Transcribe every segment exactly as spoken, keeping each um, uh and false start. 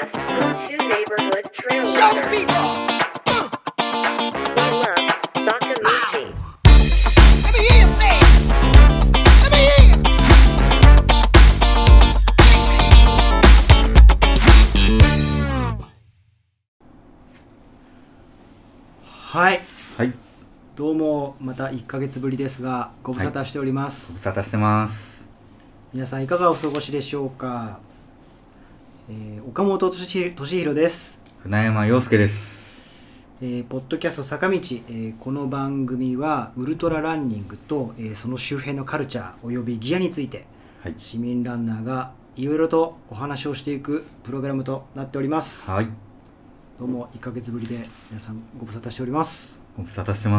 podcast from two neighborhood trail Show runners. me wrong. We love Sakamichi. Let me hear you say it. Let me hear you. はい、 はい、 どうもまたいっかげつぶりですがご無沙汰しておりまご無す、 沙汰してます。 皆さんいかがお過ごしでしょうか。えー岡本俊弘です。 船山陽介です。 えーポッドキャスト坂道、えーこの番組はウルトラランニングと、えーその周辺のカルチャーおよびギアについて、 はい、 市民ランナーがいろいろとお話をしていくプログラムとなっております。 はい、 どうもいっかげつぶりで皆さんご無沙汰しております。 ご無沙汰してます。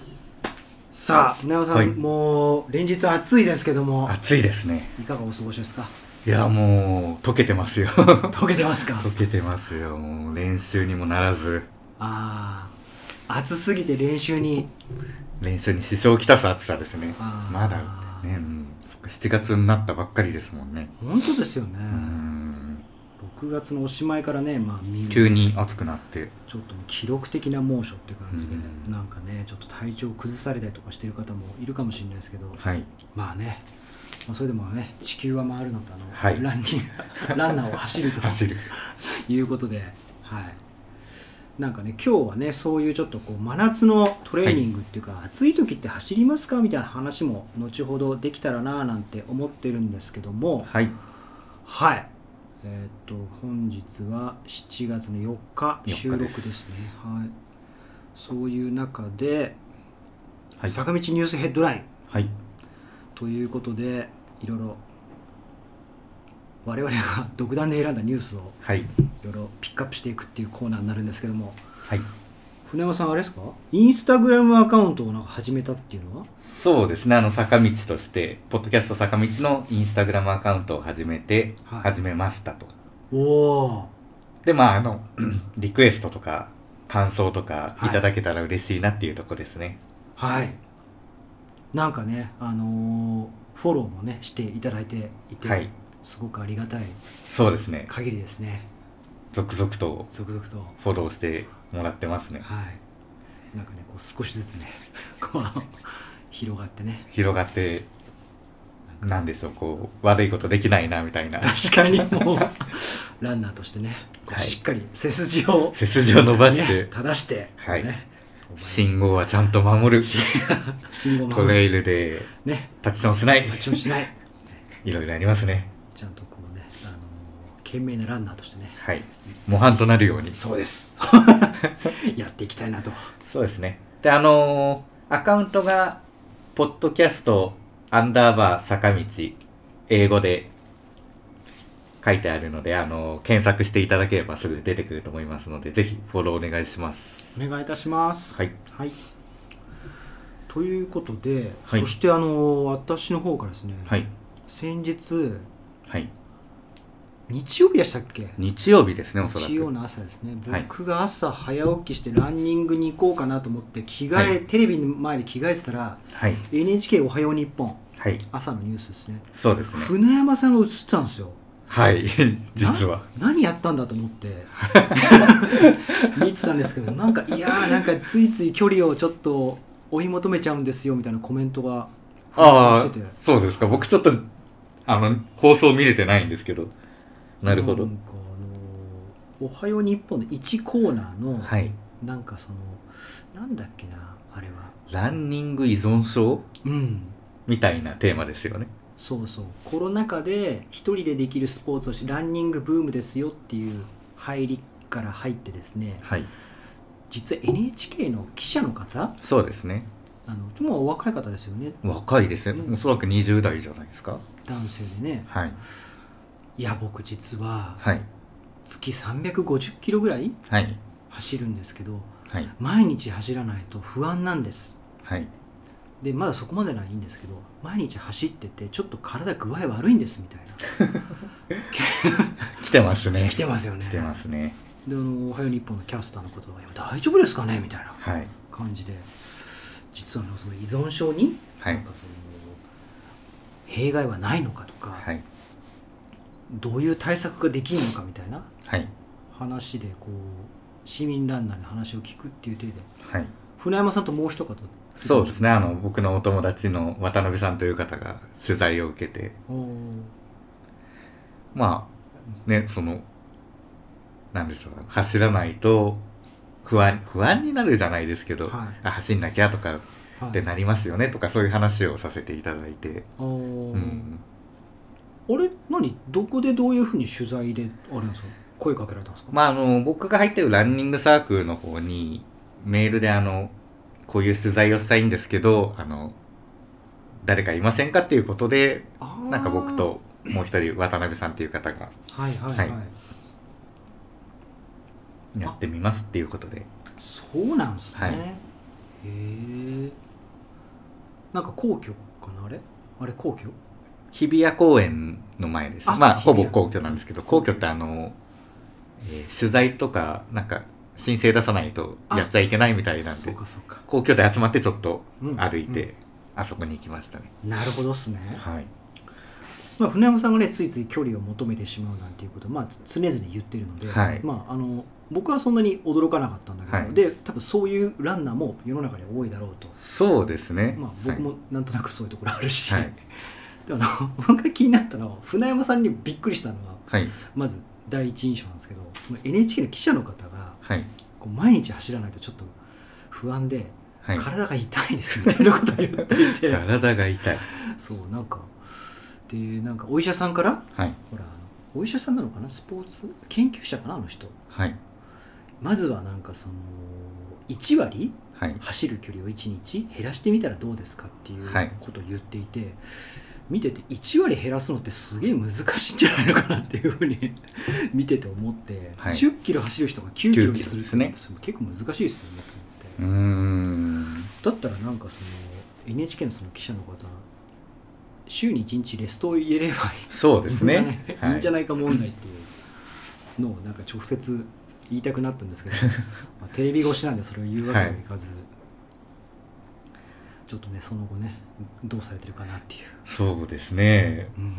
さあ船山さん、 はいもう連日暑いですけども暑いですね。 いかがお過ごしですか。 いやもう溶けてますよ。 溶けてますか。 溶けてますよ。もう練習にもならず、 ああ、暑すぎて練習に練習に支障をきたす暑さですね。 あーまだね、うん、そっかしちがつになったばっかりですもんね。 本当ですよね。 うーん、 ろくがつのおしまいからね、まあ、みんな急に暑くなってちょっと、ね、記録的な猛暑っていう感じで、 うんなんかねちょっと体調崩されたりとかしてる方もいるかもしれないですけど、 はいまあね、まあ、それでもね地球は回るのとあの、 はいランニングランナーを走ると走るいうことで、はい、なんかね今日はねそういうちょっとこう真夏のトレーニングっていうか、暑い時って走りますかみたいな話も後ほどできたらななんて思ってるんですけども、 はいはい、えーっと本日はしちがつのよっか収録ですね。はい、そういう中で、 はい、 坂道ニュースヘッドラインはいということでいろいろ我々が独断で選んだニュースをはいいろいろピックアップしていくっていうコーナーになるんですけども、 はい船山さんあれですか、インスタグラムアカウントをなんか始めたっていうのは。 そうですね、あの坂道としてポッドキャスト坂道のインスタグラムアカウントを始めて、 はい始めましたと。 おお、 でまああのリクエストとか感想とかはいいただけたら嬉しいなっていうとこですね。 はいなんかねあのーフォローもねしていただいていて、 はいすごくありがたいそうですね、 限りですね。 続々と続々とフォローしてもらってますね。 はいなんかねこう少しずつねこう広がってね、 広がってなんでしょう、こう悪いことできないなみたいな確かにもうランナーとしてねこうはいしっかり背筋を、 背筋を伸ばして、 ね、正して、 はいね、 信号はちゃんと守る、 信号をト守るレイルでね、 立ちションしない、 立ちションしないいろいろありますね。 ちゃんとこうね、あのー懸命なランナーとしてね、 はい、模範となるように。 そうですやっていきたいなと。 そうですね。で、あのーアカウントが、ポッドキャストアンダーバー坂道、英語で書いてあるので、あのー検索していただければすぐ出てくると思いますので、ぜひフォローお願いします。 お願いいたします。 はい。 はい、ということで、 はいそしてあの私の方からですね、 はい。 先日はい。 日曜日でしたっけ。 日曜日ですね、おそらく。 日曜の朝ですね。 はい僕が朝早起きしてランニングに行こうかなと思って着替え、 はいテレビの前で着替えてたらはい。 エヌエイチケー おはよう日本はい。 朝のニュースですね。 そうですね。 船山さんが映ってたんですよ。 はい。実は。 な何やったんだと思って見てたんですけど、なんかいやーなんかついつい距離をちょっと追い求めちゃうんですよみたいなコメントがああしてて、、 そうですか。僕ちょっと、あの、放送見れてないんですけど。なるほどなん。かあのーおはよう日本のいちコーナーの、 はい。 なんかそのなんだっけなあれは、 ランニング依存症うんみたいなテーマですよね。 そうそう、コロナ禍で一人でできるスポーツとしてランニングブームですよっていう入りから入ってですね、 はい。 実は エヌエイチケー の記者の方、 そうですね。 あのもうお若い方ですよね、 若いですね。 うんおそらくにじゅう代じゃないですか。 男性でね。 はい。 いや僕実ははい。 月さんびゃくごじゅっキロぐらいはい。 走るんですけど、 はい。 毎日走らないと不安なんです。 はい。 でまだそこまでならいいんですけど、毎日走っててちょっと体具合悪いんですみたいな来てますね。 来てますよね。 来てますね。 であのおはよう日本のキャスターのことが大丈夫ですかねみたいなはい。 感じで、実はあのその依存症に、 はいなんかその弊害はないのかとか、 はい。 どういう対策ができるのかみたいなはい話でこう市民ランナーに話を聞くっていう体ではい船山さんともう一方そうですねあの僕のお友達の渡辺さんという方が取材を受けておーまあねそのなんでしょう走らないと不安不安になるじゃないですけど、 はいあ走んなきゃとかはいってなりますよねとかそういう話をさせていただいて、 おーうん、 あれ何どこでどういうふうに取材であれなんですか声かけられたんですか、 まああの僕が入ってるランニングサークルの方にメールであのこういう取材をしたいんですけどあの誰かいませんかっていうことであーなんか僕ともう一人渡辺さんっていう方がはいはいはい、 はいやってみますっていうことでそうなんですね、 はいへえなんか皇居かなあれあれ皇居日比谷公園の前ですあまあ日比谷ほぼ皇居なんですけど皇居ってあの、えー取材とかなんか申請出さないとやっちゃいけないみたいなんそうでかそうか皇居で集まってちょっとうん歩いて、 うんあそこに行きましたねなるほどっすね、 はいまあ、船山さんがねついつい距離を求めてしまうなんていうことは、まあ、常々言ってるので、 はいまあ、あの僕はそんなに驚かなかったんだけど、 はいで多分そういうランナーも世の中には多いだろうと、 そうですねまあ、僕もなんとなくそういうところあるし、 はいでもあの僕が気になったのは船山さんにびっくりしたのははいまず第一印象なんですけどその エヌエイチケー の記者の方がはいこう毎日走らないとちょっと不安で、 はい体が痛いですみたいなことを言っていて体が痛いそうなんかでなんかお医者さんからはいほらあのお医者さんなのかなスポーツ研究者かなあの人はいまずはなんかそのいち割はい走る距離をいちにち減らしてみたらどうですかっていうはいことを言っていて、見てていち割減らすのってすげえ難しいんじゃないのかなっていうふうに見てて思って、 はいじゅっキロ走る人がきゅうキロにするってきゅうキロです結構難しいですよねとうー思って、 んだったらなんかその エヌエイチケー のその記者の方週にいちにちレストを入れればいいそうですねいいんじゃない、いいんじゃないか問題っていうのをなんか直接言いたくなったんですけどまあテレビ越しなんでそれを言うわけにはいかず、ちょっとねその後ねどうされてるかなっていう、 そうですねうん、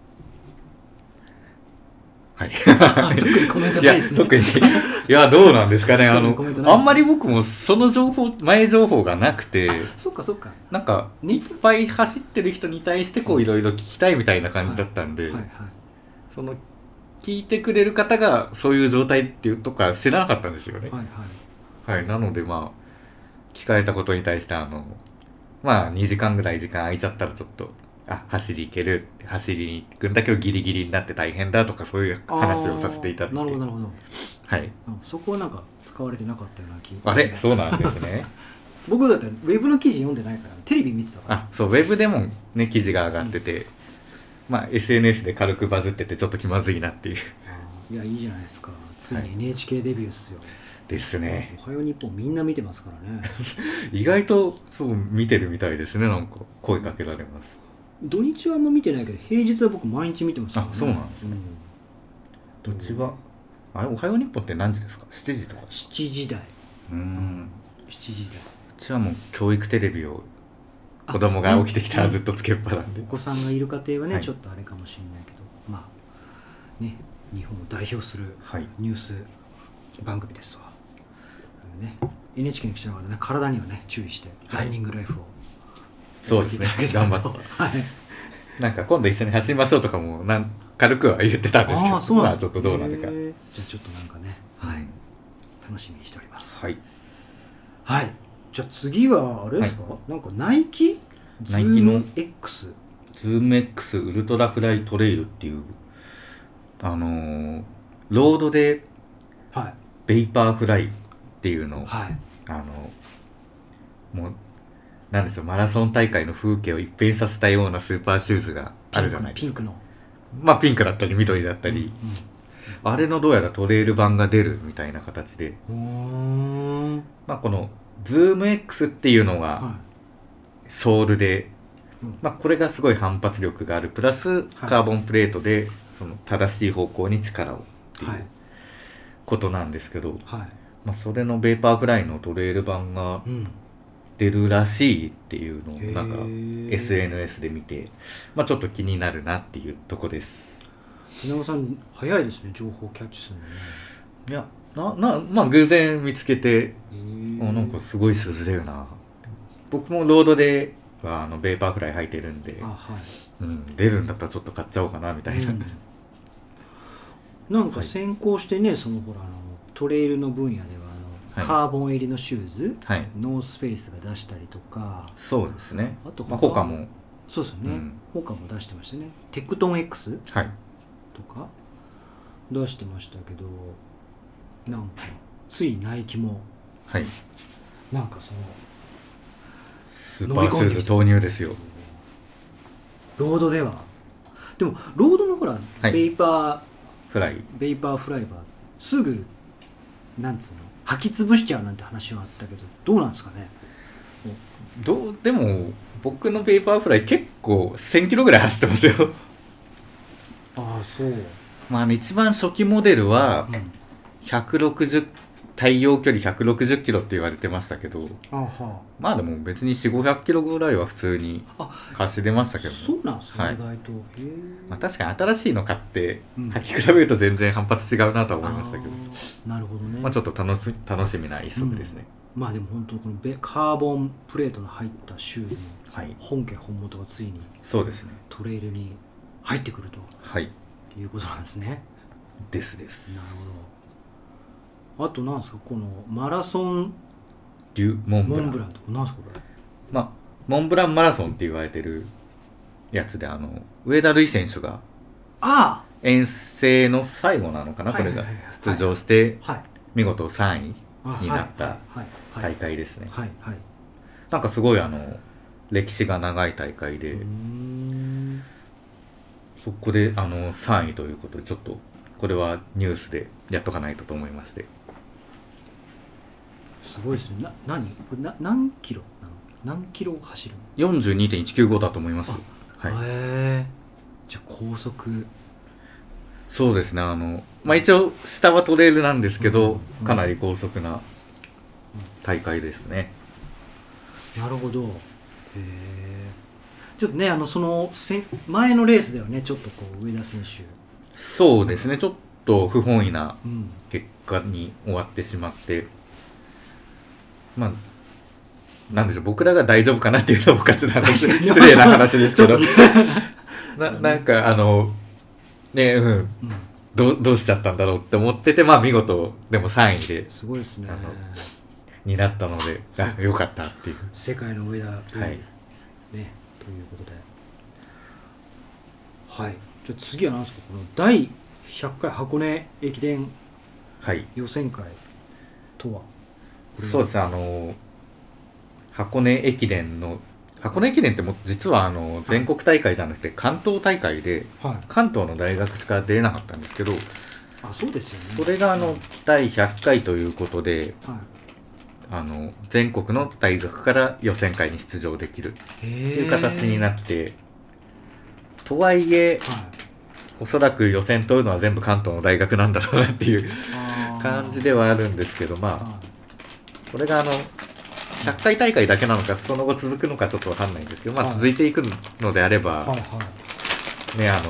はい特にコメントいやないですね特にいやどうなんですかねあ特にのコメントないですねあんまり僕もその情報前情報がなくてそっかそっかなんかねいっぱい走ってる人に対してこういろいろ聞きたいみたいな感じだったんで、 はいはいその聞いてくれる方がそういう状態っていうとか知らなかったんですよねはいはいはいなのでまあ聞かれたことに対してあのまあにじかんぐらい時間空いちゃったらちょっとあ走り行ける走りに行くんだけどギリギリになって大変だとかそういう話をさせていただいてあーなるほどなるほど、 はいうんそこはなんか使われてなかったような気あれそうなんですね僕だってウェブの記事読んでないからテレビ見てたからあそうウェブでもね記事が上がってて、まあ エスエヌエス で軽くバズっててちょっと気まずいなっていういやいいじゃないですかついはいに エヌエイチケー デビューですよ、 ですねおはよう日本みんな見てますからね意外とそう見てるみたいですねなんか声かけられます土日はあんま見てないけど平日は僕毎日見てますからねあそうなんですうんどっちはあれおはよう日本って何時ですかしちじとかしちじ台うーんしちじ台うちはもう教育テレビを子供が起きてきたらずっとつけっぱなんでお子さんがいる家庭はね、 はいちょっとあれかもしれないけどまあね日本を代表するはいニュース番組ですわ、ね、エヌエイチケー の記者の方ね体にはね注意して、 はいランニングライフをそうですねやっていただけたらと頑はいなんか今度一緒に走りましょうとかもなん軽くは言ってたんですけどああそうなんですまあちょっとどうなるかへーじゃあちょっとなんかね、はい、楽しみにしておりますはいはいじゃあ次はあれですか、なんかナイキズナイキのーム X ズーム X ウルトラフライトレイルっていうあのーロードではいベイパーフライっていうのを、 はいあのもうなんでしょうマラソン大会の風景を一変させたようなスーパーシューズがあるじゃないですかピンクのまあピンクだったり緑だったり、あれのどうやらトレイル版が出るみたいな形で、 うんうーんまあ、このズーム X っていうのがはソールで、 うんまあ、これがすごい反発力があるプラスカーボンプレートでその正しい方向に力をっていはいうことなんですけど、 はいまあ、それのベーパーフライのトレイル版がうん出るらしいっていうのをへーなんか エスエヌエス で見て、まあ、ちょっと気になるなっていうとこです。 稲尾さん早いですね、情報キャッチするのね。 いやななまあ偶然見つけて、 へーあなんかすごいシューズだよな。僕もロードではあのベーパーフライ履いてるんで、 あ、はいうん、出るんだったらちょっと買っちゃおうかなみたいな、 うんなんか先行してね、そのほらあのトレイルの分野ではあの、 はいカーボン入りのシューズ、 はいノースペースが出したりとか、 そうですね。 あとまあ、他もそうですよね、 うん他も出してましたね。テクトン X はいとか出してましたけど、なんかついナイキもはいなんかそのスーパーシューズ投入ですよ。 ロードではでもロードのほら、 いベイパーフライベイパーフライはすぐなんつうの履き潰しちゃうなんて話はあったけど、どうなんですかね。 どうでも僕のベーパーフライ結構せんキロぐらい走ってますよああそう、 まあ一番初期モデルはうん、 ひゃくろくじゅう対応距離ひゃくろくじゅっキロって言われてましたけど、 あはまあでも別によんひゃくごひゃくキロぐらいは普通にあ走れましたけどね。 そうなんですね、 はい意外と。へえ、 まあ、確かに新しいの買ってうん履き比べると全然反発違うなとは思いましたけど、 あーなるほどね。 まあ、ちょっと楽し楽しみな一足ですね、 まあでも本当このベカーボンプレートの入ったシューズのはい本家本元がついにそうですねトレイルに入ってくるとはいいうことなんですね。 ですですなるほど。あとなんですかこのマラソンデュモンブランモンブランとかなんですかこれ。 まあモンブランマラソンって言われてるやつで、あの上田瑠衣選手があ遠征の最後なのかな、これがはいはいはいはい出場してあはい見事さんいあになったはいはいはい大会ですね。 はいはい。 なんかすごいあの歴史が長い大会で、 うーんそこであのさんいということで、ちょっとこれはニュースでやっとかないとと思いまして。 すごいですね。な何これな何キロなの？何キロ走るの？ よんじゅうにてんいちきゅうご だと思います。はい、 へえ。じゃあ高速。 そうですね。あのまあ一応下はトレイルなんですけど、 うんかなり高速な大会ですね。 なるほど。へえ。ちょっとねあのそのせ前のレースではねちょっとこう上田選手、 そうですね。ちょっと不本意なうん、 結果に終わってしまって、まあなんでしょう、僕らが大丈夫かなっていうのもおかしな話、 確かに失礼な話ですけど、 ちょっななんかあのねうんうん、 どうどうしちゃったんだろうって思ってて、まあ見事でもさんいですごいですね。 あのになったので、 そうあよかったっていう。 世界の上田、 はいねということで、はい。じゃあ次は何ですかこのだいひゃっかい箱根駅伝はい、 予選会とは。 そうですね。あの箱根駅伝の箱根駅伝っても実はあの全国大会じゃなくて関東大会で、 はい。 関東の大学しか出れなかったんですけど、 あ、そうですよね。 それがあのだいひゃっかいということで、 はい。 あの全国の大学から予選会に出場できるへとえ。 いう形になって、とはいえはい。 おそらく予選取るのは全部関東の大学なんだろうなっていうあー感じではあるんですけど、まあはこれがあのひゃっかい大会だけなのかその後続くのかちょっとわかんないんですけど、まはいあ続いていくのであれば、 いはいはいね、あの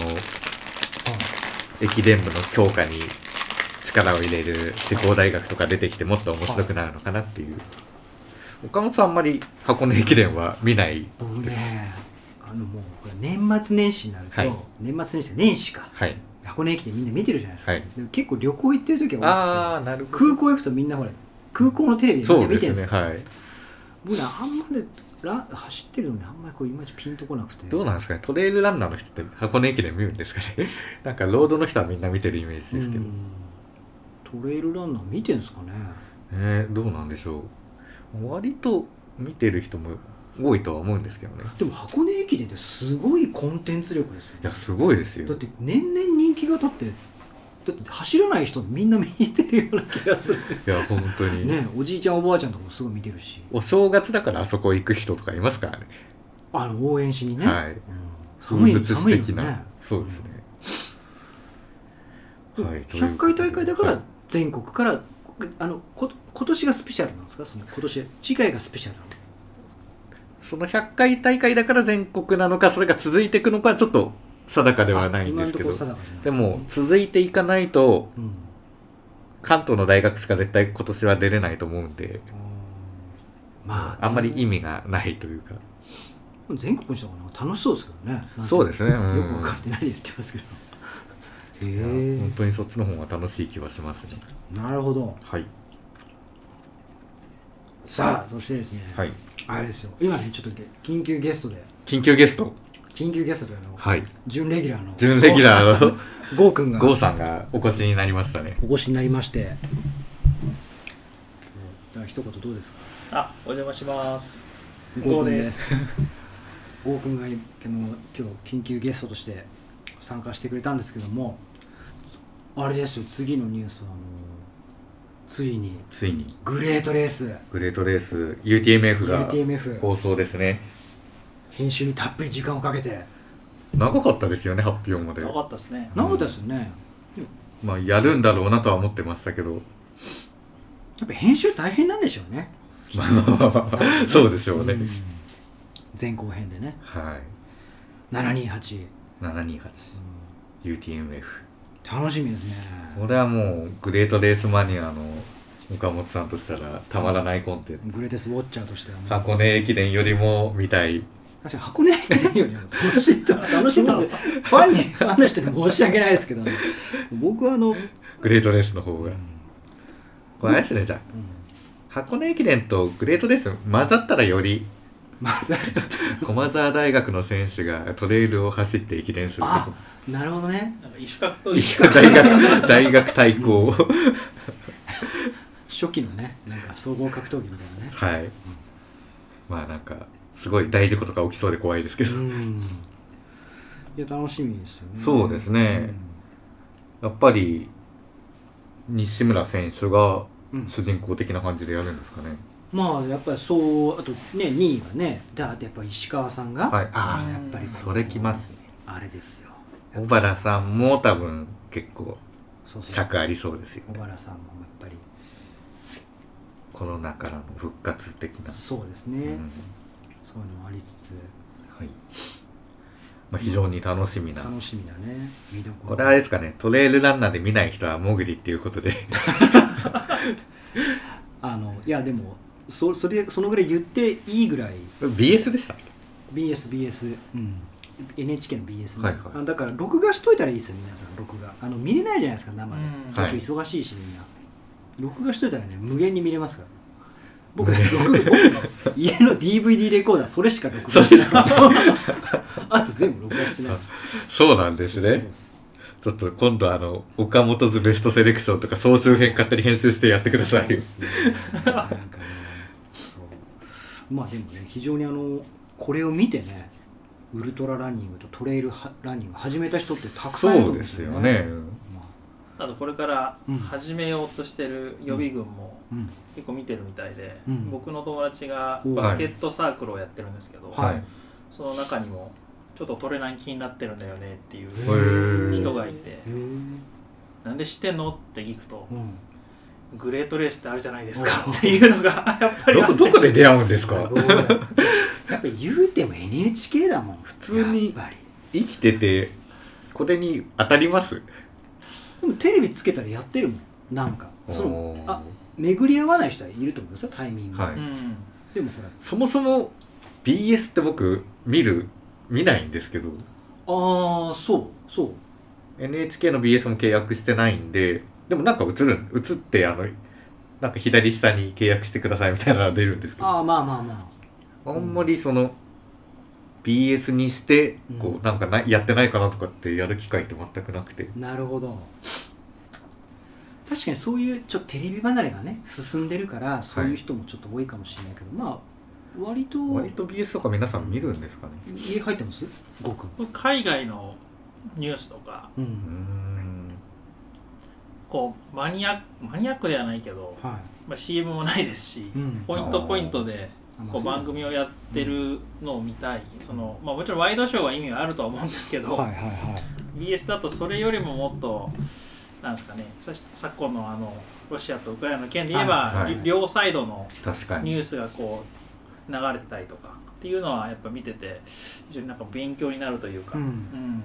駅伝部の強化に力を入れる地方大学とか出てきてもっと面白くなるのかなっていう。岡本さんあんまり箱根駅伝は見ない。 僕ねあのもうこれ年末年始になると、 はい年末年始年始かはい。 箱根駅伝みんな見てるじゃないですか、 はいでも結構旅行行ってる時はああ、 多くてなるほど。 空港行くとみんなほら空港のテレビでみんそうな見てですね。 るんですよ。 はい。 僕ねあんまりラ走ってるのにあんまりこういまいちピンとこなくて。 どうなんですかね、トレイルランナーの人って箱根駅伝見るんですかね。なんかロードの人はみんな見てるイメージですけど。 うんトレイルランナー見てんすかね。 えー、どうなんでしょう。割と見てる人も多いとは思うんですけどね。 でも箱根駅伝ってすごいコンテンツ力ですよね。 いや、すごいですよだっ。て年々人気が立ってだって走らない人みんな見てるような気がするいや、本当に。 ね。おじいちゃんおばあちゃんとかもすごい見てるし、 お正月だからあそこ行く人とかいますからね。 あの応援しにね、 はいうん寒い風物詩的な。 寒いのね。 そうですね。はい。 ひゃっかい大会だからはい全国からあのこ今年がスペシャルなんですか。その今年次回がスペシャルなの。 そのひゃっかい大会だから全国なのか、それが続いていくのか、ちょっと定かではないんですけど、 あ今のところ定かじゃないでも続いていかないとうん、 関東の大学しか絶対今年は出れないと思うんで、 まあ、 あんまり意味がないというか。 全国の人がなんか楽しそうですけどね。 そうですね、うんよく分かってないで言ってますけど。へいやえ本当にそっちの方が楽しい気はしますね。 なるほど。 はいさあそしてですね、 はい。 あれですよ、今ねちょっと緊急ゲストで緊急ゲスト、 緊急ゲストであの、 はい、 準レギュラーの準レギュラーのゴーくんがゴーさんがお越しになりましたね。 お越しになりまして、だから一言どうですか。 あ、お邪魔します。 ゴーくんでですす。ゴーくんがあの今日緊急ゲストとして参加してくれたんですけども、あれですよ、次のニュースはあのついについにグレートレースグレートレース ユーティーエムエフ がユーティーエムエフ放送ですね。 編集にたっぷり時間をかけて長かったですよね、発表まで。 よかったですね。 なかったですよね。 まあやるんだろうなとは思ってましたけど、 やっぱ編集大変なんでしょうね。 まあまあまあまあそうでしょうね。 ん前後編でねはいななにはち、 ななにはち ユーティーエムエフ、 楽しみですね。 これはもうグレートレースマニアの岡本さんとしたらたまらないコンテンツ。 グレーテスウォッチャーとしてはもう箱根駅伝よりも見たい。 確かに箱根駅伝よりも楽しいと楽しいとファンにファンの人に申し訳ないですけど、ね、僕はあの、 グレートレースの方が、これあれですね、じゃあうん、 箱根駅伝とグレートレース混ざったらよりまず駒澤大学の選手がトレイルを走って駅伝するあなるほどね。 なんか異種格闘技一緒大学大学対抗初期のねなんか総合格闘技みたいなね。 はい、まあなんかすごい大事故とか起きそうで怖いですけど、 うんいや楽しみですよね。 そうですね、やっぱり西村選手がうん主人公的な感じでやるんですかね。 まあやっぱりそうあとねにいがねだってやっぱ石川さんが、 はいそのあやっぱりこうそれきますね。 あれですよ。 小原さんも多分結構そうそうそう尺ありそうですよね。 小原さんもやっぱりコロナからの復活的な、 そうですね、 うんそういうのもありつつはい、まあ、非常に楽しみな、 楽しみだね。見どころこれあれですかね、トレイルランナーで見ない人はモグリっていうことであのいやでもそそれそのぐらい言っていいぐらいビーエス でしたっけ。 ビーエスビーエス、うん、エヌエイチケー の ビーエス ね、 はいはいあだから録画しといたらいいですよ皆さん。録画あの見れないじゃないですか生で、 うん結構忙しいしみんな録画しといたらね無限に見れますから僕ね録僕の家の ディーブイディー レコーダーそれしか録画してないあと全部録画してないそうなんですそうそうね。ちょっと今度あの岡本図ベストセレクションとか総集編勝手に編集してやってください。 そうですねなんかねそうまあでもね非常にあのこれを見てねウルトラランニングとトレイルはランニング始めた人ってたくさんいると思うんそうですよね。 まあとこれからうん始めようとしてる予備軍もあうん結構見てるみたいで、 うん僕の友達がおバスケットサークルをやってるんですけど、 はいはい。 その中にもちょっとトレラン気になってるんだよねっていうへー人がいて、 へーなんで知ってんのって聞くと、 うんグレートレースってあるじゃないですかっていうのがやっぱりどこどこで出会うんですか。 ごいやっぱり言うても エヌエイチケー だもん普通にやっぱり生きててこれに当たります。 でもテレビつけたらやってるもんなんかそのおーあ巡り合わない人はいると思うんですよタイミング、 はいうんでもほらそもそも ビーエス って僕見る見ないんですけど、 ああそうそうエヌエイチケー の ビーエス も契約してないんで、でもなんか映る映ってあのなんか左下に契約してくださいみたいなのが出るんですけど、 ああまあまあまああんまりその ビーエス にしてこうんうなんかなやってないかなとかってやる機会って全くなくて、 なるほど確かにそういうちょっとテレビ離れがね進んでるからそういう人もちょっと多いかもしれないけど、まあ割と割と ビーエス とか皆さん見るんですかね。 家入ってますごくん海外のニュースとかううんんこうマニアマニアックではないけど、 はまあ、シーエム もないですし、 うんポイントポイントでいこう番組をやってるのを見たい、そのまあ、もちろんワイドショーは意味はあるとは思うんですけど、 はいはいはいビーエス だとそれよりももっとなんですかね、さ昨今のあのロシアとウクライナの件で言えば、 はいはい両サイドの確かにニュースがこう流れてたりとかっていうのはやっぱ見てて非常になんか勉強になるというか、 うんうんまあ、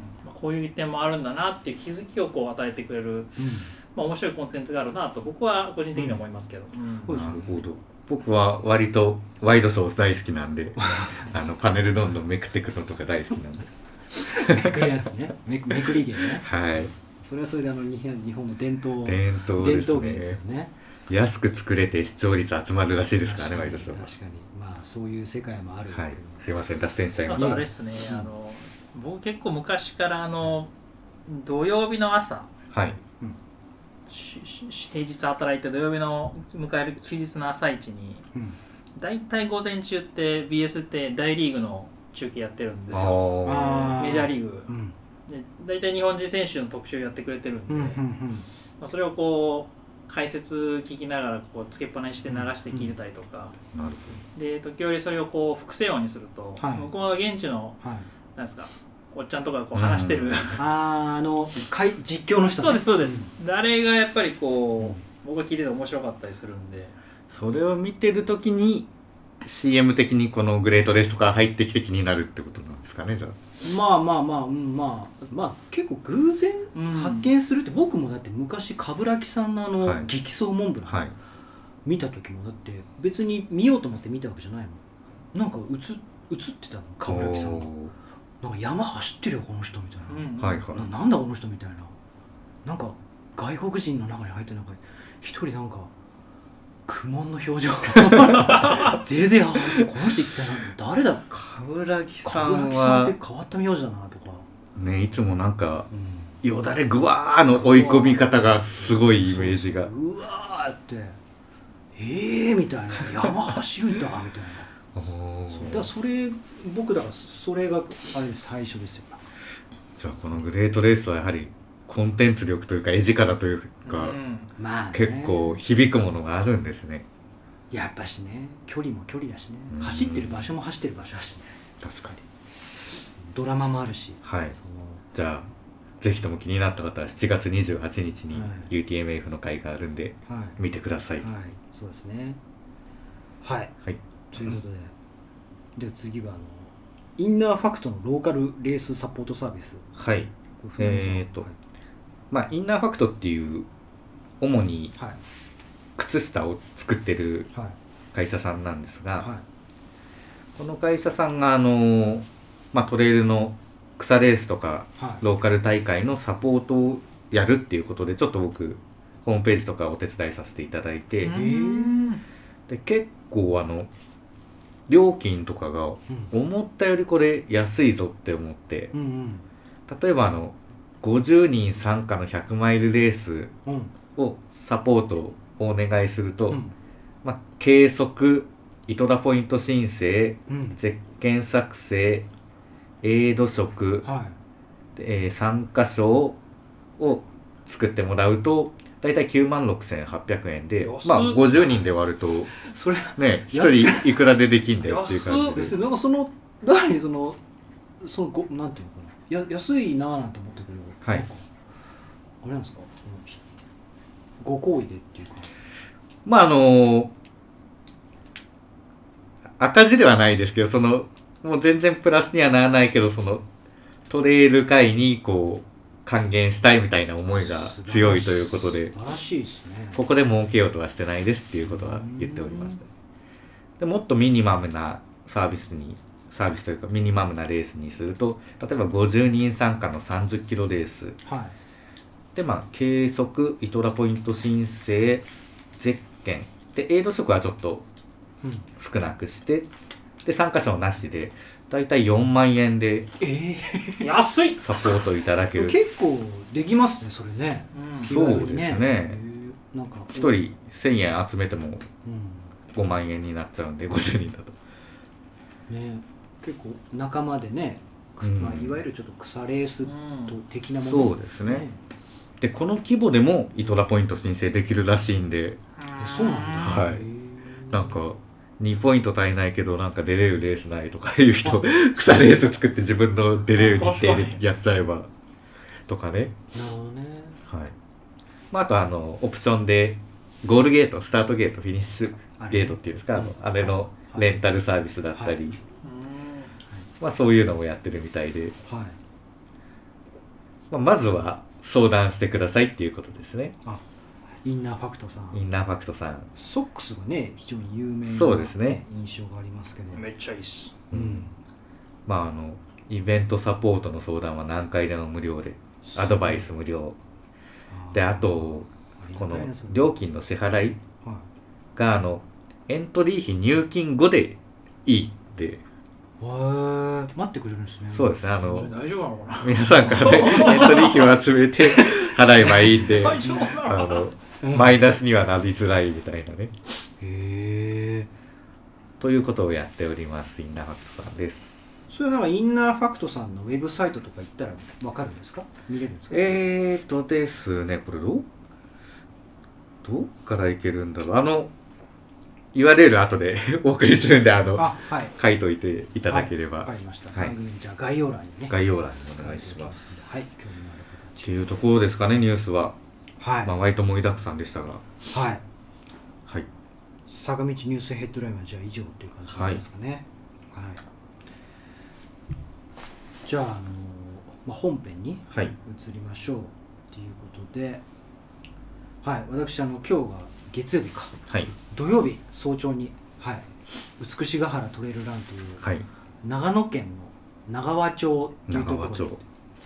こういう点もあるんだなっていう気づきをこう与えてくれる、まあ、面白いコンテンツがあるなと僕は個人的には思いますけど、うんそうですなるほど。僕は割とワイドショー大好きなんであのパネルどんどんめくってくのとか大好きなんでめくるやつね、めくめくり芸ね。 はいそれはそれであの日本日本の伝統伝統です伝統芸ですよね。 ね。 安く作れて視聴率集まるらしいですからね、ワイドショー確かに、まあそういう世界もある。 は。はい、すいません脱線しちゃいまあとした。 あれですね、あの僕結構昔からあの土曜日の朝はいしし平日働いて土曜日の迎える休日の朝一にうん。 だいたい午前中って ビーエス って大リーグの中継やってるんですよ。 あメジャーリーグうん。 でだいたい日本人選手の特集やってくれてるんで、 うんうんまあ、それをこう解説聞きながらこうつけっぱなしして流して聞いてたりとか、 なるで時折それをこう副声音にすると、 はい向こうの現地のうん。はい。 なんですかおっちゃんとかがこう話してる、 あああのかい実況の人ね。 そうですそうです、であれがやっぱりこう僕が聞いてて面白かったりするんで、 ほど。それを見てるときに シーエム 的にこのグレートレースとか入ってきて気になるってことなんですかね、じゃあ。 まあまあまあ、うん、まあまあ結構偶然うん発見するって、僕もだって昔冠城さんのあの、 はい激走モンブラン、 はい見た時もだって別に見ようと思って見たわけじゃないもん。なんか映映ってたの冠城さんが。 おなんか山走ってるよこの人みたいな。 うんーはいはいななんだこの人みたいな。なんか外国人の中に入ってなんか一人なんか苦悶の表情ぜいぜいはってこの人一体誰だ冠城さん冠城さんっはて変わった名字だなとか、 ねいつもなんかうん、 よだれぐわーの追い込み方がすごいイメージが。 うわーってええー、みたいな山走るんだみたいな。 おーそうだからそれ僕だからそれがあれ最初ですよ。 じゃあこのグレートレースはやはりコンテンツ力というか絵力というか、 うんまあ、ね、 結構響くものがあるんですね。 やっぱしね距離も距離だしね、 うん走ってる場所も走ってる場所だしね、 確かに。 ドラマもあるし、 はいそのじゃあぜひとも気になった方はしちがつにじゅうはちにちにはいユーティーエムエフ の会があるんではい見てください。 はい、そうですね。はい、 はいということで、では次はあのインナーファクトのローカルレースサポートサービス。 はいこれ船野さんえーとまあインナーファクトっていう主にはい靴下を作ってるはい会社さんなんですが、 はいこの会社さんがあの、まあ、トレイルの草レースとかはいローカル大会のサポートをやるっていうことでちょっと僕ホームページとかお手伝いさせていただいて、 うんで結構あの料金とかがうん思ったよりこれ安いぞって思って、 うんうん例えばあのごじゅうにん参加のひゃくマイルレースうんをサポートをお願いすると、 うんまあ、計測、井戸田ポイント申請、 うんゼッケン作成、エイド職、 はえー参加賞を作ってもらうとだいたいきゅうまんろくせんはっぴゃくえんで、 安っまあごじゅうにんで割るとい。それね一安い人いくらでできんだよっていう感じ安っですなんかその何そのそのごなんていうのかなや安いなぁなんて思ったけど、 はいなんかあれなんですかご好意でっていうか。 まああの赤字ではないですけどそのもう全然プラスにはならないけどそのトレイル界にこう還元したいみたいな思いが強いということで素晴らしいですね。 ここで儲けようとはしてないですっていうことは言っておりました。でもっとミニマムなサービスにサービスというかミニマムなレースにすると例えばごじゅうにん参加のさんじゅっキロレースはい。 でまあ計測イトラポイント申請ゼッケンでエイド職はちょっとうん、 少なくしてで参加賞なしでだいたいよんまんえんでえ安い、 サポートいただけえる結構できますねそれね。 うん気軽にそうですねへえなんかひとりせんえん集めてもうんごまんえんになっちゃうんでごじゅうにんだとね結構仲間でね、くうんまあ、いわゆるちょっと草レースと的なもの、 そうですねでこの規模でもイトラポイント申請できるらしいんでえそうなんだ。 はいへえなんかにポイント足りないけどなんか出れるレースないとかいう人草レース作って自分の出れる日程でやっちゃえばとかねなるほどね。 はいまあ、あとあのオプションでゴールゲートスタートゲートフィニッシュゲートっていうんですかあのあれのレンタルサービスだったり、 はいまあ、そういうのもやってるみたいではい。 まあ、まずは相談してくださいっていうことですね。 あ、インナーファクトさん、 インナーファクトさん、 ソックスがね非常に有名な、 そうですね印象がありますけど、 めっちゃいいっす。 うん、 まああのイベントサポートの相談は何回でも無料で、アドバイス無料で、あとこの料金の支払いはがあのエントリー費入金後でいいって、 い、へー、待ってくれるんですね。 そうですね、あそれの大丈夫なのかな。 皆さんから、ね、エントリー費を集めて払えばいいんで大丈夫なのかあな。 のマイナスにはなりづらいみたいなね、 へえ。 ということをやっております。インナーファクトさんです。 それはなんかインナーファクトさんのウェブサイトとか行ったらわかるんですか？見れるんですか？ えーとですね、これどうどっからいけるんだろう。あの ユーアールエル 後でお送りするんで、あのあ、はい。 書いといていただければ、 わかりました。 はい番組じゃあ概要欄にね。 概要欄にお願いしますはい、興味のあるって形。 いうところですかね。ニュースは、 はい。 まあ、割と盛りだくさんでしたが、 はい。 はい、 坂道ニュースヘッドラインはじゃあ以上っていう感じなんですかね。はい。じゃあ、あのーまあ、本編にはい、 移りましょうっていうことで、はい、私あの今日が月曜日か、 はい、 土曜日早朝に、はい、美しが原トレイルランという、 はい、 長野県の長和町っていうところで、 長和町、 あのー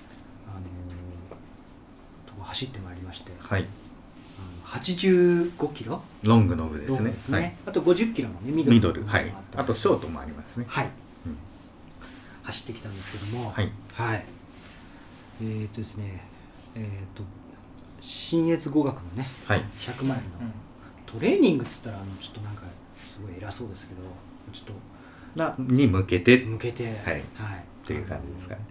とこ走ってまいりまして、 はい、 あのはちじゅうごキロロングの部ですね。 ロングですね、 はい、 あとごじゅっキロのねミドルミドル、はい、 あったあとんですけどショートもありますね。 はい、 うん走ってきたんですけども、 はい、 はい、えー、っとですね、えー、っと信越語学のねはい、 ひゃくマイルのうんトレーニングっつったらあのちょっとなんかすごい偉そうですけど、ちょっとなに向けてっ向けて、はいはいていう感じですかね。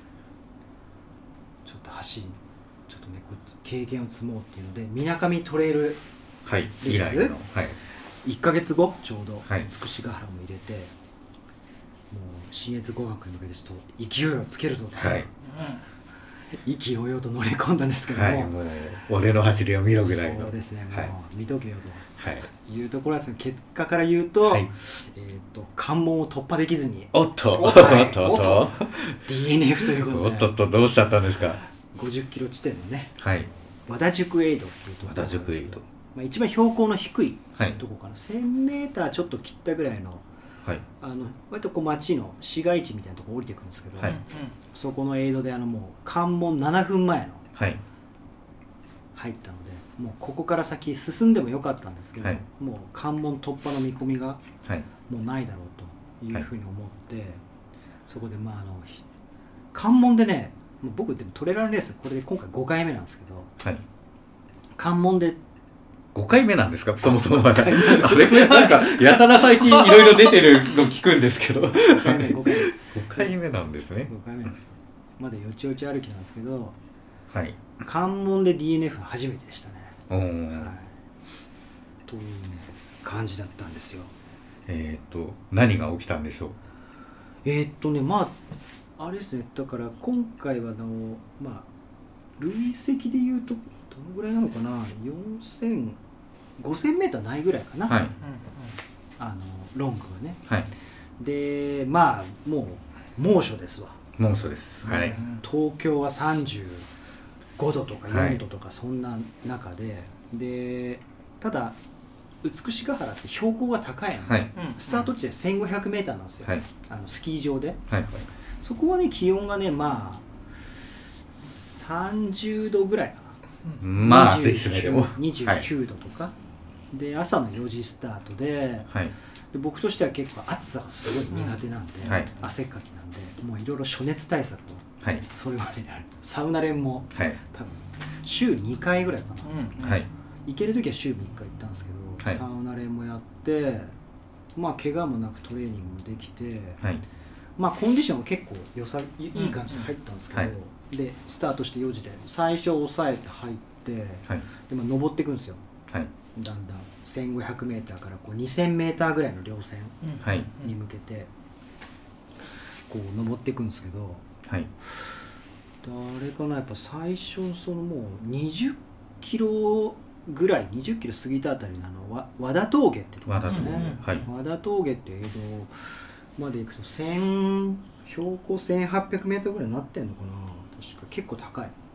ちょっと走りちょっとねこう経験を積もうっていうのでみなかみトレイルはい、 レース以来の、はい、 いっかげつごちょうどはい美しが原も入れて、もう信越語学に向けてちょっと勢いをつけるぞと、 はい、 意気揚々と乗り込んだんですけども、 はい、もう俺の走りを見ろぐらいの、 そうですね、もう、 はい見とけよはい、 というところですね。結果から言うと、 はい、 えー、と関門を突破できずにおっと、おっはいと、おっと、 ディーエヌエフ ということおっとっでと、どうしちゃったんですか。 ごじゅっキロ地点のねはい、 和田宿エイドっていうところがあるんですけど和田宿エイド、 まあ、一番標高の低いはい、 とこかな、せんメーターちょっと切ったぐらいのはい、 あの割とこう町の市街地みたいなところ降りてくるんですけど、 はいそこのエイドであのもう関門ななふんまえのはい、 入ったので、もうここから先進んでもよかったんですけど、 はいもう関門突破の見込みがはい、 もうないだろうというふうに思って、そこでまああのひ関門でね、もう僕でもトレランレースこれで今回ごかいめなんですけど、 はい。 関門でごかいめなんですか、そもそもまだ。あれなんか、やたら最近いろいろ出てるの聞くんですけど。 ごかいめごかいめごかいめなんですね。 ごかいめなんですよ。まだよちよち歩きなんですけど、 はい。 関門で ディーエヌエフ 初めてでしたね。 おー、 はい、というね感じだったんですよ。 えっと、何が起きたんでしょう。 えー、っとねまああれですね、だから今回はあのまあ累積でいうとどのぐらいなのかな、よんせんごせんメーターないぐらいかな、 はい、 あのロングがね。 はい。 でまあもう猛暑ですわ。 猛暑です。はい。 東京はさんじゅうごどとかはいよんどとかそんな中で、でただ美しが原って標高が高いので、 はい。 スタート地点せんごひゃくメーターなんですよ、 はい。 あのスキー場で。 はい。 そこはね気温がねまあさんじゅうどぐらいかな。 まあ、暑いですね、でも。 にじゅうきゅうどとか、で朝のよじスタートで、 はい。 で僕としては結構暑さがすごい苦手なんで、 はい汗っかきなんでもういろいろ暑熱対策をはい。 それまでにあるサウナ連もはい。 多分週にかいぐらいかな、 はい。 行ける時は週みっか行ったんですけど、 はいサウナ連もやってまあ怪我もなくトレーニングもできて、 はい。 まあコンディションも結構良さいいい感じで入ったんですけど、 はいでスタートしてよじで最初抑えて入ってはい。 で、まあ、登っていくんですよ。 はい。 だんだんせんごひゃくメーターからこうにせんメーターぐらいの稜線はい。 に向けてこう登っていくんですけど、 はい。 あれかな、やっぱ最初そのもうにじゅっキロぐらいにじゅっキロ過ぎたあたりのあのわ和田峠ってところですよね。 はい。 和田峠って映像まで行くとせん標高せんはっぴゃくメートルぐらいになってんのかな、確か結構高い。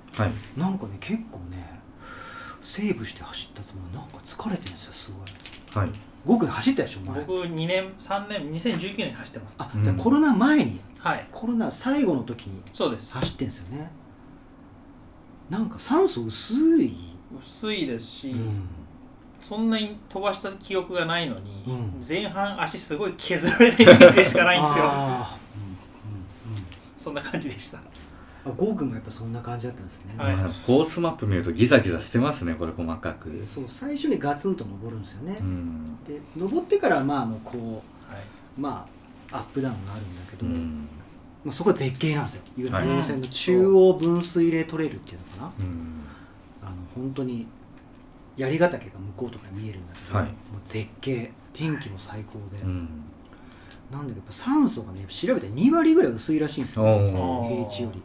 はいなんかね結構ねセーブして走ったつもりなんか疲れてるんですよすごい。 はいゴーくん走ったでしょ前。 僕にねんさんねんにせんじゅうきゅうねんに走ってます。 あ、 うんだからコロナ前にはいコロナ最後の時にそうです。 走ってんですよね。なんか酸素薄い、 薄いですし、 うんそんなに飛ばした記憶がないのに、 うん前半足すごい削られてるイメージでしかないんですよ。 あー、うんうんうん、 そんな感じでした。 あゴーくんもやっぱそんな感じだったんですね、 はいまあコースマップ見るとギザギザしてますねこれ細かく。 そう最初にガツンと登るんですよね、 うんで登ってからまああのこはい。 うまあアップダウンがあるんだけど、 うんまあ、そこは絶景なんですよ。いわゆるはい稜線の中央分水嶺取れるっていうのかな、 うんあの本当に槍ヶ岳が向こうとか見えるんだけど、 はいもう絶景天気も最高で、 うんなんだけどやっぱ酸素がね調べてにわりぐらい薄いらしいんですよ、 おー平地より。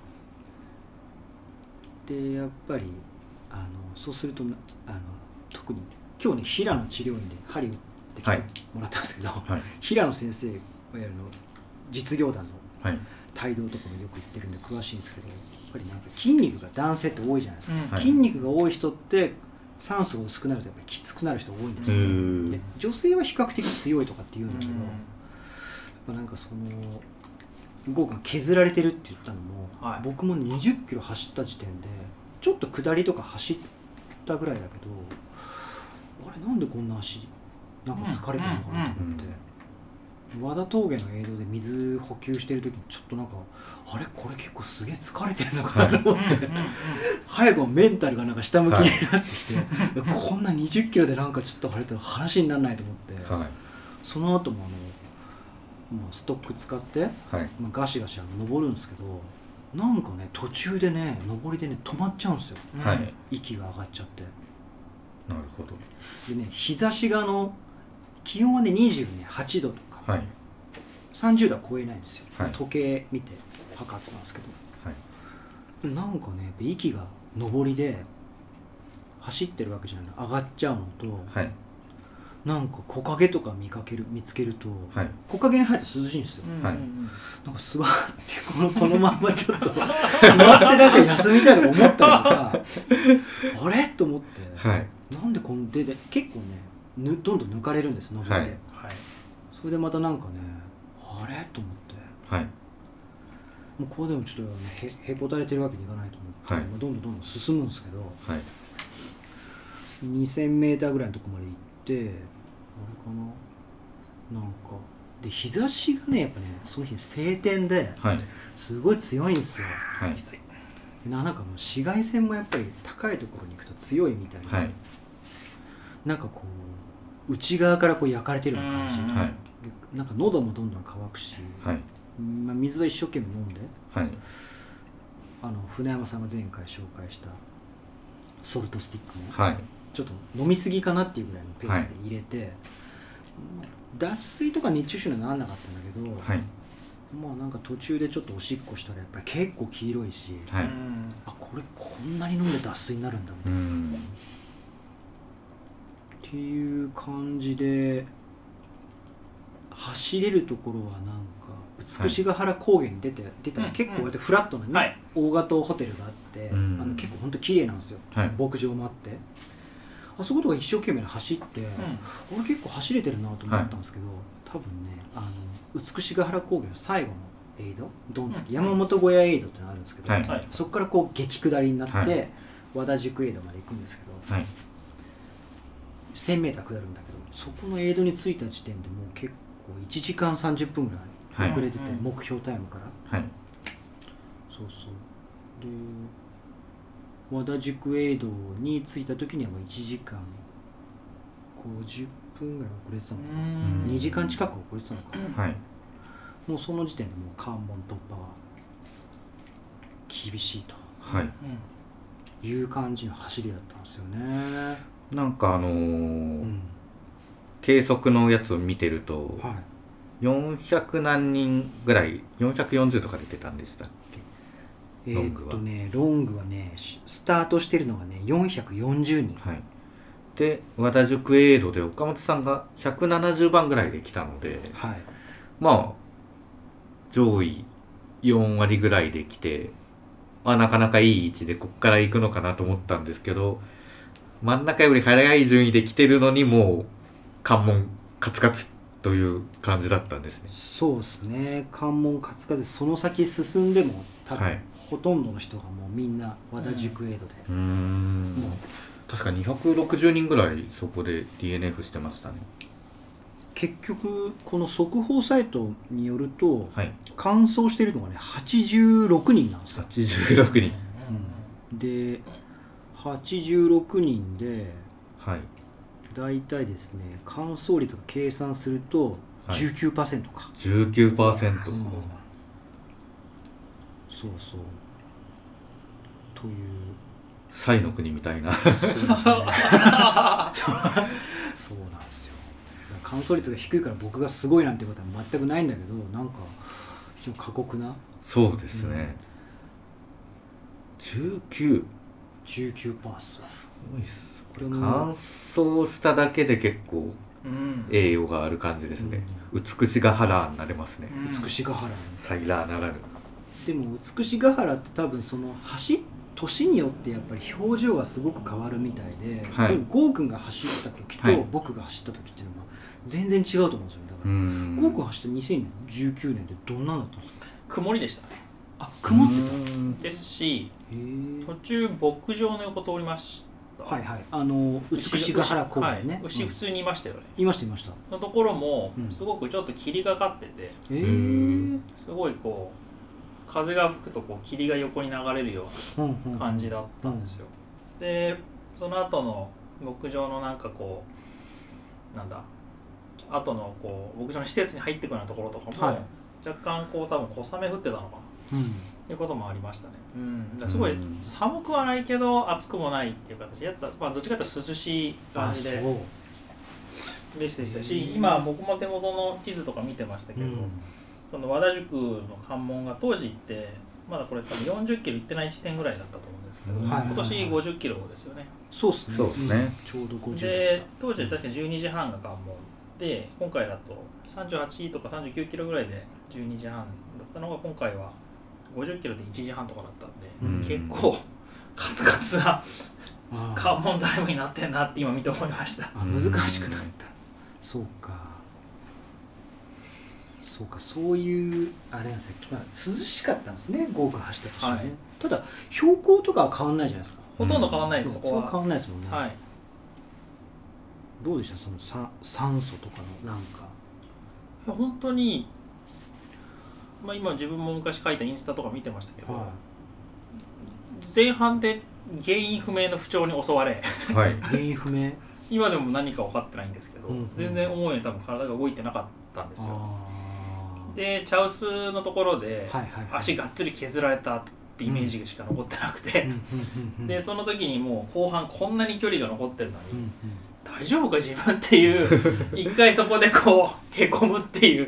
でやっぱりあのそうするとあの特に今日ね平野治療院で針打ってきてはいもらったんですけど、 はい平野先生がやるの実業団のはい帯同とかもよく行ってるんで詳しいんですけど、やっぱりなんか筋肉が男性って多いじゃないですか、 うんはい筋肉が多い人って酸素が薄くなるとやっぱりきつくなる人多いんですよ、 へーで女性は比較的強いとかって言うんだけど、 うんやっぱなんかそのゴーくん削られてるって言ったのも、 はい僕もにじゅっキロ走った時点でちょっと下りとか走ったぐらいだけど、あれなんでこんな足なんか疲れてるのかなと思って、和田峠の映像で水補給してる時にちょっとなんかあれこれ結構すげえ疲れてるのかなと思って、 うんうんうん早くもメンタルがなんか下向きになってきて、こんなにじゅっキロでなんかちょっとあれと話にならないと思って、 はいその後もあの、まあ、ストック使って、 はいまあ、ガシガシあの登るんですけど、なんかね途中でね登りでね止まっちゃうんですよ、 うんはい息が上がっちゃって。 なるほどでね日差しがあの気温はねにじゅうはちどとか、 はいさんじゅうどは超えないんですよ、 はい時計見て測ってたんですけはいど、なんかねやっぱ息が上りで走ってるわけじゃないの上がっちゃうのと、 はいなんか木陰とか見かける見つけると、 はい木陰に入ると涼しいんですよ、 うんはいなんか座ってこのこのまんまちょっと座ってなんか休みたいとか思ったのかあれと思って、 はいなんでこんでで結構ねぬどんどん抜かれるんです登りで、 はいはいそれでまたなんかねあれと思ってはいもうここでもちょっと、ね、へへこたれてるわけにいかないと思って、 はいまあどんどんどんどん進むんですけどはいにせんメーターぐらいのとこまで行ってあれかななんかで日差しがねやっぱねその日晴天ではいすごい強いんですよ。 はいきつい。 ななんかもう紫外線もやっぱり高いところに行くと強いみたいな、 はいなんかこう内側からこう焼かれてるような感じ、 うんはいでなんか喉もどんどん乾くし、 はいまあ、水は一生懸命飲んではいあの船山さんが前回紹介したソルトスティックも、 はいちょっと飲みすぎかなっていうぐらいのペースで入れて、まあ脱水とか熱中症にはならなかったんだけど、 はいまあなんか途中でちょっとおしっこしたらやっぱり結構黄色いし、 はいうんあこれこんなに飲んで脱水になるんだみたいな、っうんていう感じで走れるところはなんか美しが原高原に出て、出たら結構こうやってフラットなね、 はい大型ホテルがあって、 うんあの結構ほんと綺麗なんですよ、 はい牧場もあってあそことか一生懸命走って、俺結構走れてるなと思ったんですけど、多分ねあの美しが原高原の最後のエイドドンツキ、 うん山本小屋エイドってのがあるんですけど、 はいはいそこからこう激下りになって、 はい和田宿エイドまで行くんですけど、 はいせんメーター下るんだけどそこのエイドに着いた時点でもう結構いちじかんさんじゅっぷんぐらい遅れてて、 はいうん目標タイムからはいそうそうで和田宿エイドに着いた時にはもういちじかんごじゅっぷんぐらい遅れてたのかな、 うんにじかん近く遅れてたのかな、 はいもうその時点でもう関門突破は厳しいとはいいう感じの走りだったんですよね。 なんかあのーうん計測のやつを見てるとはいよんひゃくなんにんぐらいよんひゃくよんじゅうとか出てたんでしたっえロングはーっとねロングはねしスタートしてるのがねよんひゃくよんじゅうにんけはいで和田宿エイドで岡本さんがひゃくななじゅうばんぐらいで来たのではいまあ上位よんわりぐらいで来てはなかなかいい位置でこっから行くのかなと思ったんですけど、真ん中より早い順位で来てるのにもう関門カツカツという感じだったんですね。 そうですね。関門カツカツ、その先進んでも多分、 はいほとんどの人がもうみんな和田塾エイドで、 うーんもう確かにひゃくろくじゅうにんぐらいそこで ディーエヌエフ してましたね。 結局この速報サイトによると、 はい完走してるのがねはちじゅうろくにんなんですよ。 はちじゅうろくにん。 ではちじゅうろくにんではいだいたいですね完走率が計算するとはいじゅうきゅうパーセント か、 じゅうきゅうパーセント、 うんそうそうというサイの国みたいなそうですねそうなんですよ。完走率が低いから僕がすごいなんてことは全くないんだけど、なんか非常に過酷なそうですね、じゅうきゅうじゅうきゅうパーセント。 すごいっす。 これも完走しただけで結構うん栄誉がある感じですね、美しが原になれますね、 美しが原に、 サイラーならぬ。 でも美しが原って多分その走っ年によってやっぱり表情がすごく変わるみたいで、 はい多分ゴーくんが走った時とはい僕が走った時っていうのは全然違うと思うんですよね。だかうら、 んゴーくん走ったにせんじゅうきゅうねんってどんなんだったんですか？ 曇りでしたね。 あ、曇ってた。 うんですし、 へー途中牧場の横通りました。 はいはい、あの美しが原公園ね、 はい、牛普通にいましたよね、 いましたいました。 のところもうんすごくちょっと霧がかってて、 えうーんすごいこう風が吹くとこう霧が横に流れるようんううんな感じだったんですよ、でその後の牧場のなんかこうなんだ後のこう牧場の施設に入ってくるようなところとかも、 はい若干こう多分小雨降ってたのかなうんっていうこともありましたね。うん、だからすごいうん寒くはないけど暑くもないっていう形やった、まあ、どっちかというと涼しいあ、 感じそう。 ででしたでしたし、今僕も手元の地図とか見てましたけど、 うんその和田塾の関門が当時ってまだこれ多分よんじゅっキロ行ってない地点ぐらいだったと思うんですけど、 うん今はいはいはい年ごじゅっキロですよね。 そうっすね。 そうっすねんちょうどごじゅうで当時は確かじゅうにじはんが関門で、今回だとさんじゅうはちとかさんじゅうきゅうキロぐらいでじゅうにじはんだったのが今回はごじゅっキロでいちじはんとかだったんで、 うん結構カツカツなあー関門タイムになってんなって今見て思いました。 あ、難しくなった。そうか。そうか、そういうあれなんですよ。まあ、涼しかったんですね、ゴーくん走ったとしてね、 はいただ標高とかは変わんないじゃないですか。 ほとんど変わんないです、 そそうこは。 変わんないですもんね。 はい、 どうでしたその酸酸素とかのなんか。 いや本当に、まあ、今自分も昔書いたインスタとか見てましたけど、 は前半で原因不明の不調に襲われはいい、原因不明。 今でも何か分かってないんですけど、 うんうん全然思うように多分体が動いてなかったんですよ。 あで茶臼のところでーはいはいはい、 足がっつり削られたってイメージしか残ってなくて、 うんうんうんうんでその時にもう後半こんなに距離が残ってるのに、 うんうん大丈夫か自分っていう一回そこでこうへこむっていう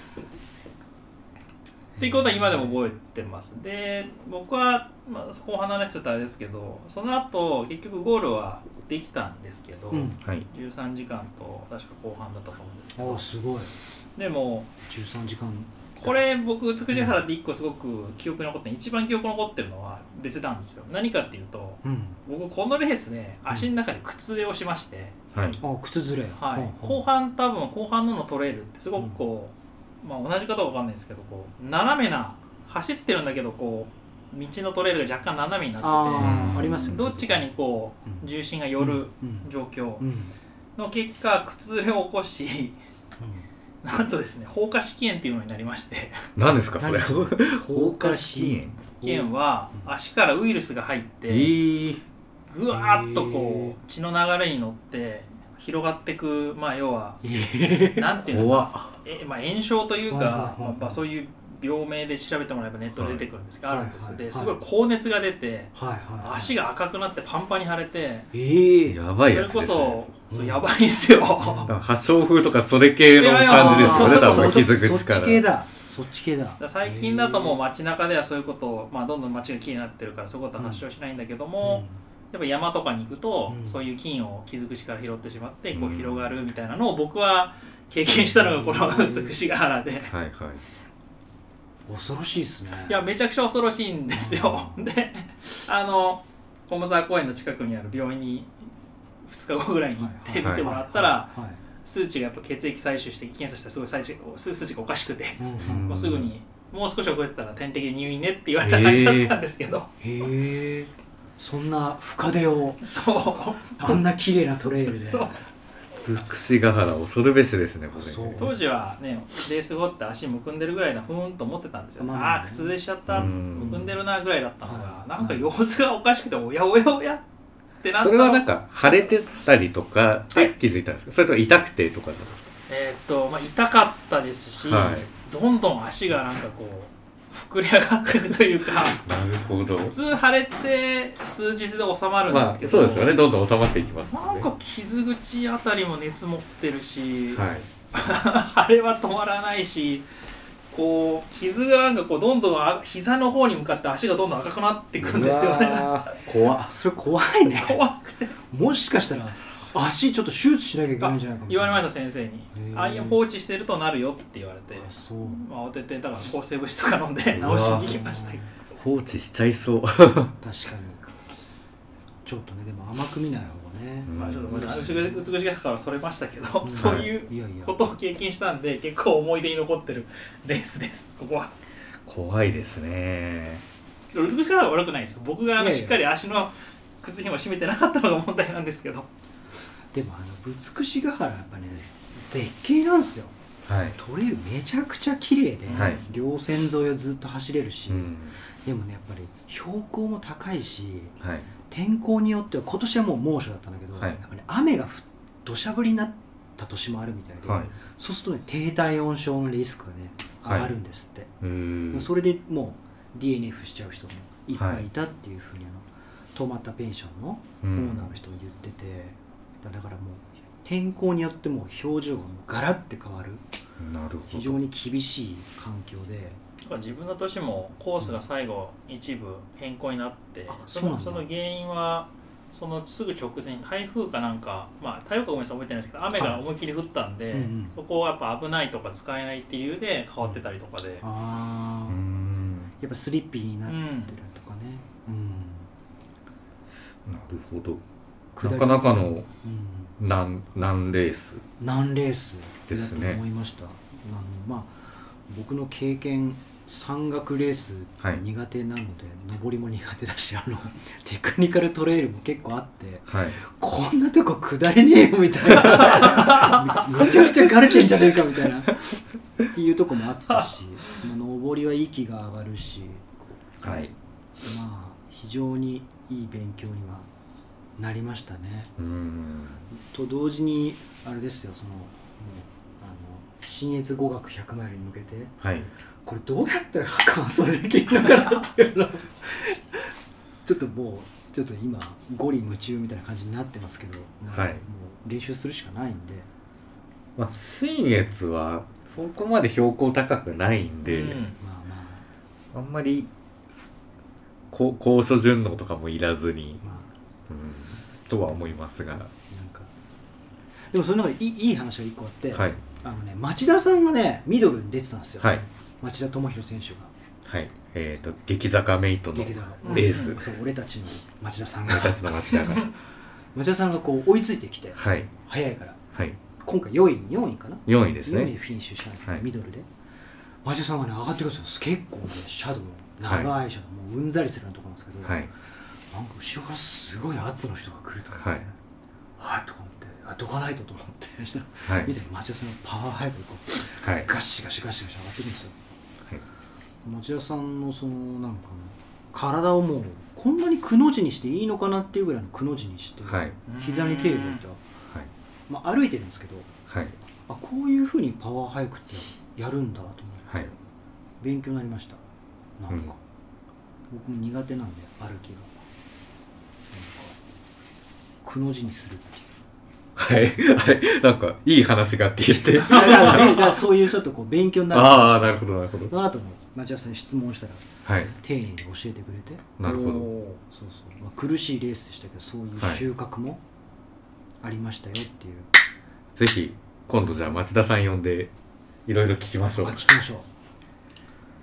っていうことは今でも覚えてます。で僕は、まあ、そこを話してたあれですけど、その後結局ゴールはできたんですけど、 うんはいじゅうさんじかんと確か後半だったと思うんですけあど、 ーすごい。 でもじゅうさんじかん。 これ僕美し原って一個すごく記憶に残って一番記憶に残ってるのは別なんですよ。何かっていうと、 うん、 僕このレースね足の中で靴出をしまして、 はいあ、靴ずれ。 はいほうほう後半多分後半ののトレイルってすごくこう、まあ、同じかどうかわかんないですけどこう斜めな走ってるんだけどこう道のトレイルが若干斜めになってあてーありますよね。 どっちかにこうんう重心が寄るうん状況うんうんの結果靴ずれを起こしなんとですね放火試験っていうのになりまして何ですかそれ。 何放火試験。 腱は足からウイルスが入っえてー、 ぐわーっとこう血の流れに乗って広がってくまあ要はなんていうんです怖っかえ、まあ、炎症というか、 はいはいはいまあ、そういう病名で調べてもらえばネットで出てくるんですが、 はいあるんですよ、 はいはいですごい高熱が出てはいはい。 足が赤くなってパンパンに腫れてええ。 やばいそれこやつですね。 そ、そううんやばいんですよ、 だから発症風とかそれ系の感じですよね、 いやいや多分傷そっ口から。 ち系だ。そっち系だ。 だから最近だともう街中ではそういうことを、まあ、どんどん街がきれいになってるからそういうことは発症しないんだけども、やっぱ山とかに行くと、 うんそういう菌を傷口から拾ってしまってこううん広がるみたいなのを僕は経験したのがこのうん美しが原で、 はいはい。 恐ろしいですね。 いやめちゃくちゃ恐ろしいんですよ。であの駒沢公園の近くにある病院にふつかごぐらいに行って見てもらったら、 はいはい、 数値がやっぱ血液採取して検査したらすごい数値数値がおかしくて、 うんうん、 もうすぐにもう少し遅れてたら点滴で入院ねって言われた感じだったんですけど、 へえ、そんな深手をそうあんな綺麗なトレイルでそうつくしヶ原恐るべしですねこれ。 そう当時はねレース後って足むくんでるぐらいなふーんと思ってたんですよ、 まあまあああ靴でしちゃったうんむくんでるなぐらいだったのが、 はいなんか様子がおかしくておやおやおやってなったの。 それはなんか腫れてたりとかで気づいたんですか、それとも痛くてとかだったんですえーっとまあ、痛かったですし、 はいどんどん足がなんかこう膨れ上がっていくというかか。なるほど。 普通腫れって数日で収まるんまあですけど、 そうですよね、どんどん収まっていきますもんね。 なんか傷口あたりも熱持ってるし、 はい。 腫れは止まらないし、こう傷がなんかこうどんどんあ膝の方に向かって足がどんどん赤くなっていくんですよね。 うわー怖っ。 それ怖いね。 怖くてもしかしたら足ちょっと手術しなきゃいけないんじゃないかみたいな。 言われました先生にへーああいう放置してるとなるよって言われて、 あそう。 まあ、慌ててだから抗生物質とか飲んで治しに行きましたけど、 放置しちゃいそう。 確かに。ちょっとね、でも甘く見ない方がね。 まあちょっとごめんなさい美しがからそれましたけど、 うんそういういやいやことを経験したんで結構思い出に残ってるレースですここは。 怖いですね。 美しがは悪くないです。僕があのいやいやしっかり足の靴紐を締めてなかったのが問題なんですけど、 でもあの美しが原やっぱね絶景なんですよ。 はい。 トレイルめちゃくちゃ綺麗で、 はい稜線沿いをずっと走れるし、 うん。 でもねやっぱり標高も高いし、 はい。 天候によっては今年はもう猛暑だったんだけど、 はいやっぱね雨がふ土砂降りになった年もあるみたいで、 はい。 そうするとね低体温症のリスクがね上がるんですって、 うーん。 それでもう ディーエヌエフ しちゃう人もいっぱいいたっていうふうにあの泊まったペンションのうオーんナーの人も言ってて、だからもう天候によっても表情がもうガラッて変わるなるほど。 非常に厳しい環境で、 だから自分の年もコースが最後一部変更になって、 あそそうなんだのその原因はそのすぐ直前に台風かなんか、まあ台風かごめんなさい覚えてないですけど雨が思いっきり降ったんで、 はいうんうんそこはやっぱ危ないとか使えないっていう理由で変わってたりとかで、 あーうーん。 やっぱスリッピーになってるとかね、うんなるほど。 下りなかなかのうん難難レース。 難レースだとですね思いました。あのまあ僕の経験山岳レースはい苦手なので、上りも苦手だし、あのテクニカルトレイルも結構あって、 はい。 こんなとこ下れねえよみたいなめちゃくちゃガレてんじゃねえかみたいなっていうとこもあったし、まあ、上りは息が上がるし、 はい。 まあ非常にいい勉強にはなりましたね。 うーん。 と同時にあれですよ、そのもうあの信越語学ひゃくマイルに向けてはい。 これどうやったら完走できるのかなっていうのをちょっともうちょっと今五里夢中みたいな感じになってますけど、 はいもう練習するしかないんで、 まあ信越はそこまで標高高くないんで、 うんまあまあんまりこ高所順応とかもいらずに、 あまあうん、とは思いますが。 なんかでもその中でいいいい話が一個あって、 はい。 あのね町田さんがねミドルに出てたんですよ、 はい。 町田智弘選手がはい。えっ、と、激坂メイトのレ激坂ース。 そう俺たちの町田さんが俺たちの町田が。 町田さんがこう追いついてきて、 はい。 早いからはい。 今回よんいよんいかなよんいですよんいでね。 フィニッシュしたんだけど、 はいミドルで町田さんがね上がってくるんですよ。結構ねシャドウ長いシャドウ、もううんざりするようなところなんですけど、 はい。 なんか後ろからすごい圧の人が来るとか、 はいはいと思ってあどかないとと思ってはい。 見て町田さんのパワーハイブでこうはい。 ガシガシガシガシ上がってくるんですよ。 はい町田さんのそのなんか体をもうこんなにくの字にしていいのかなっていうぐらいのくの字にして、 はい。 膝に手を入れて、 はい。 まあ、歩いてるんですけど、 はい。 あこういうふうにパワーハイクってやるんだと思って、 はい。 勉強になりました。なんか、 うん僕も苦手なんで歩きがなんかくの字にするっていうはい。あれ、なんか、いい話がって言って。 いやだからねだからそういうちょっとこう勉強になるああ、なるほど、なるほど。 その後も町田さんに質問したらはい。 丁寧に教えてくれて、 なるほど。 おーそうそう、まあ、苦しいレースでしたけどそういうはい収穫もありましたよっていう、 ぜひ、今度じゃあ町田さん呼んで、いろいろ聞きましょうあ。聞きましょう。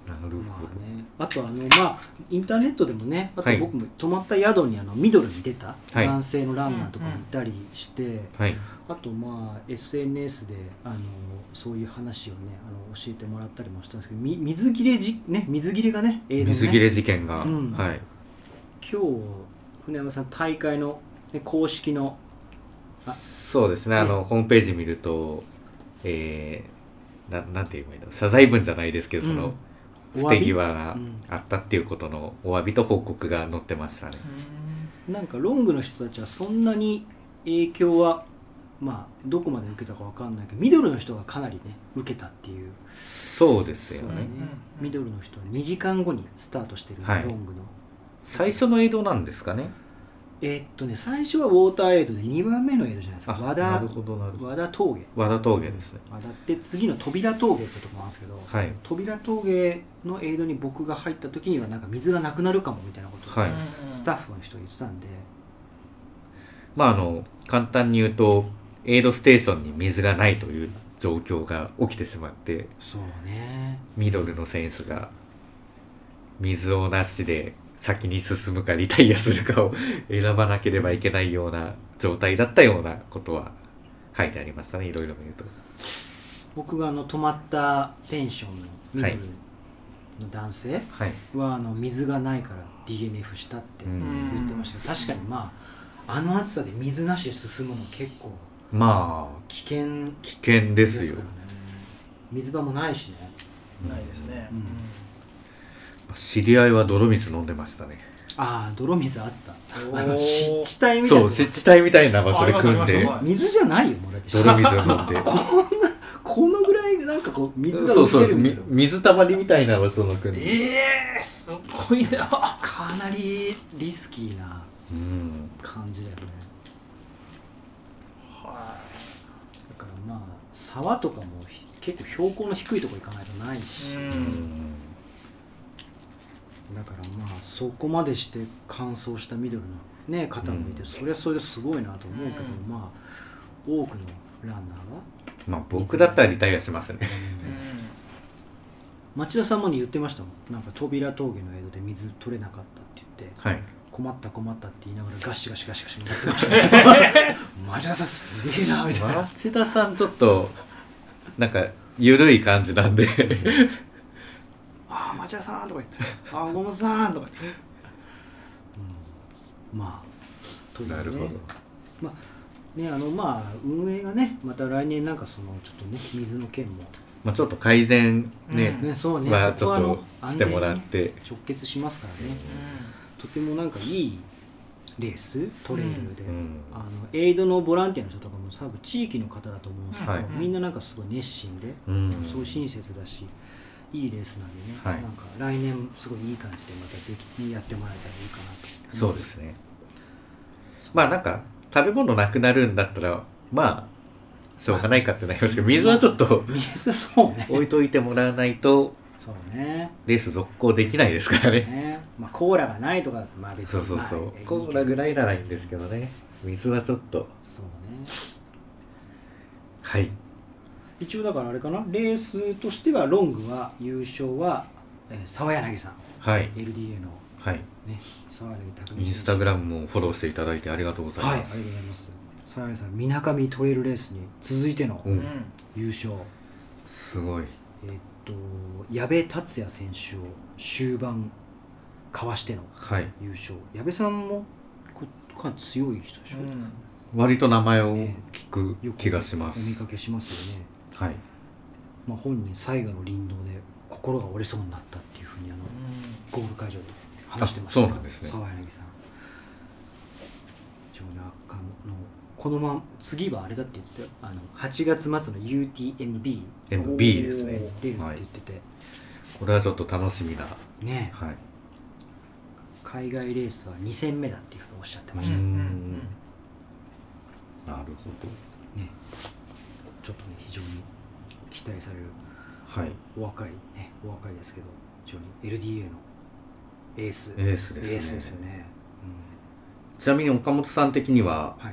なるほど、 まあね、あとあのまあインターネットでもね、あとはい僕も泊まった宿にあのミドルに出たはい男性のランナーとかもいたりして、 はいあとまあ エスエヌエス であのそういう話をねあの教えてもらったりもしたんですけど、み水切れじね水切れがね、映像ね水切れ事件が、 うんはい今日船山さん大会の、ね、公式のあそうですね、あのホームページ見ると、えー、ななんて言えばいいの、謝罪文じゃないですけど、その、 お詫び不手際がうんあったっていうことのお詫びと報告が載ってましたね。 なんかロングの人たちはそんなに影響はまあどこまで受けたかわかんないけど、ミドルの人がかなりね受けたっていう。 そうですよね。 そうねミドルの人はにじかんごにスタートしてるんで、 はいロングの最初のエイドなんですかね。 えーっとね最初はウォーターエイドでにばんめのエイドじゃないですか。和田なるほどなるほど。 和田峠和田峠ですね。 和田って次の扉峠ってとこなんですけど、 はい扉峠のエイドに僕が入った時にはなんか水がなくなるかもみたいなことをはいスタッフの人が言ってたんで、 まああの簡単に言うとエイドステーションに水がないという状況が起きてしまって、 そうねミドルの選手が水をなしで先に進むかリタイアするかを選ばなければいけないような状態だったようなことは書いてありましたね、いろいろ見ると。 僕があの泊まったペンションのミドルの男性はい。 はあの水がないから ディーエヌエフ したってうん言ってましたけど、確かにまああの暑さで水なしで進むの結構まあ危険危険でですすよからね。水場もないしね。 ないですね、 うん知り合いは泥水飲んでましたね。 ああ泥水あったおーあの湿地帯みたいなそう、湿地帯みたいな場所で組んでありますあります水じゃないよもうだって泥水を飲んでこんなこのぐらいなんかこう水がそう浮いそうそうみてるみたいな水たまりみたいな場所の組んで、 ええー、すごいな。 かなりリスキーなうん、 感じだよね。 はだからまあ沢とかもひ結構標高の低いところ行かないとないし、 い。う。 うんんだからまあそこまでして乾燥した緑の、ね、方もいて、 うんそれはそれですごいなと思うけど、 うんまあ多くのランナーはまあ僕だったらリタイアしますね。 町田さんもに言ってましたもん。なんか扉峠の江戸で水取れなかったって言って、 はい。 困った困ったって言いながらガシガシガシガシやってましたね町田さんすげえなみたいな、 町田さんちょっとなんか緩い感じなんでああ町田さんとか言ってああ小野さんとか言って、うん、まあというねなるほど。 まあねあのまあ運営がねまた来年なんかそのちょっとね水の件もまあちょっと改善ね、 ねそうねはちそこはあのょっとしてもらって、 直結しますからね、とてもなんかいいレーストレイルで、 うんあのエイドのボランティアの人とかも多分地域の方だと思うんですけど、 はいみんななんかすごい熱心で、 うんすごい親切だしいいレースなんでね、 はいなんか来年すごいいい感じでまたできやってもらえたらいいかなとそうですね。まあなんか食べ物なくなるんだったらまあしょうがないかってなりますけど、水はちょっと水そうね置いといてもらわないとそうねレース続行できないですからね。 ねまあコーラがないとかだとまあ別にそうそうそう、 まあいいコーラぐらいならいいんですけどね、水はちょっと。 そうねはい。 一応だからあれかなレースとしてはロングは優勝は、えー、沢柳さんはいエルディーエー のはい。 ね沢柳拓海インスタグラムもフォローしていただいてありがとうございはいありがとうます。 ございます沢柳さんみなかみトレイルレースに続いてのうんうん。 優勝、 すごい。 えーっと矢部達也選手を終盤かわしてのはい。 優勝矢部さんもこかなり強い人でしょ、 割と名前を聞くよく気がしますお。見かけしますよね、 はい。 まあ、本人最後の林道で心が折れそうになったっていうふうにあのゴール会場で話してましたあそうなんですね沢柳さん非常に圧巻のこのまま次はあれだって言ってたよあのはちがつ末の ユーティーエムビーエムビー ですね。 出るって言はいってて、 これはちょっと楽しみな。 ねはい。 海外レースはに戦目だっていうふうにおっしゃってまうした、ねん。なるほちょっとね非常に期待されるど。はい。 お若いねお若いですけど非常に エルディーエー のエースエースですねエースですよね、 ちなみに岡本さん的にはうん、はい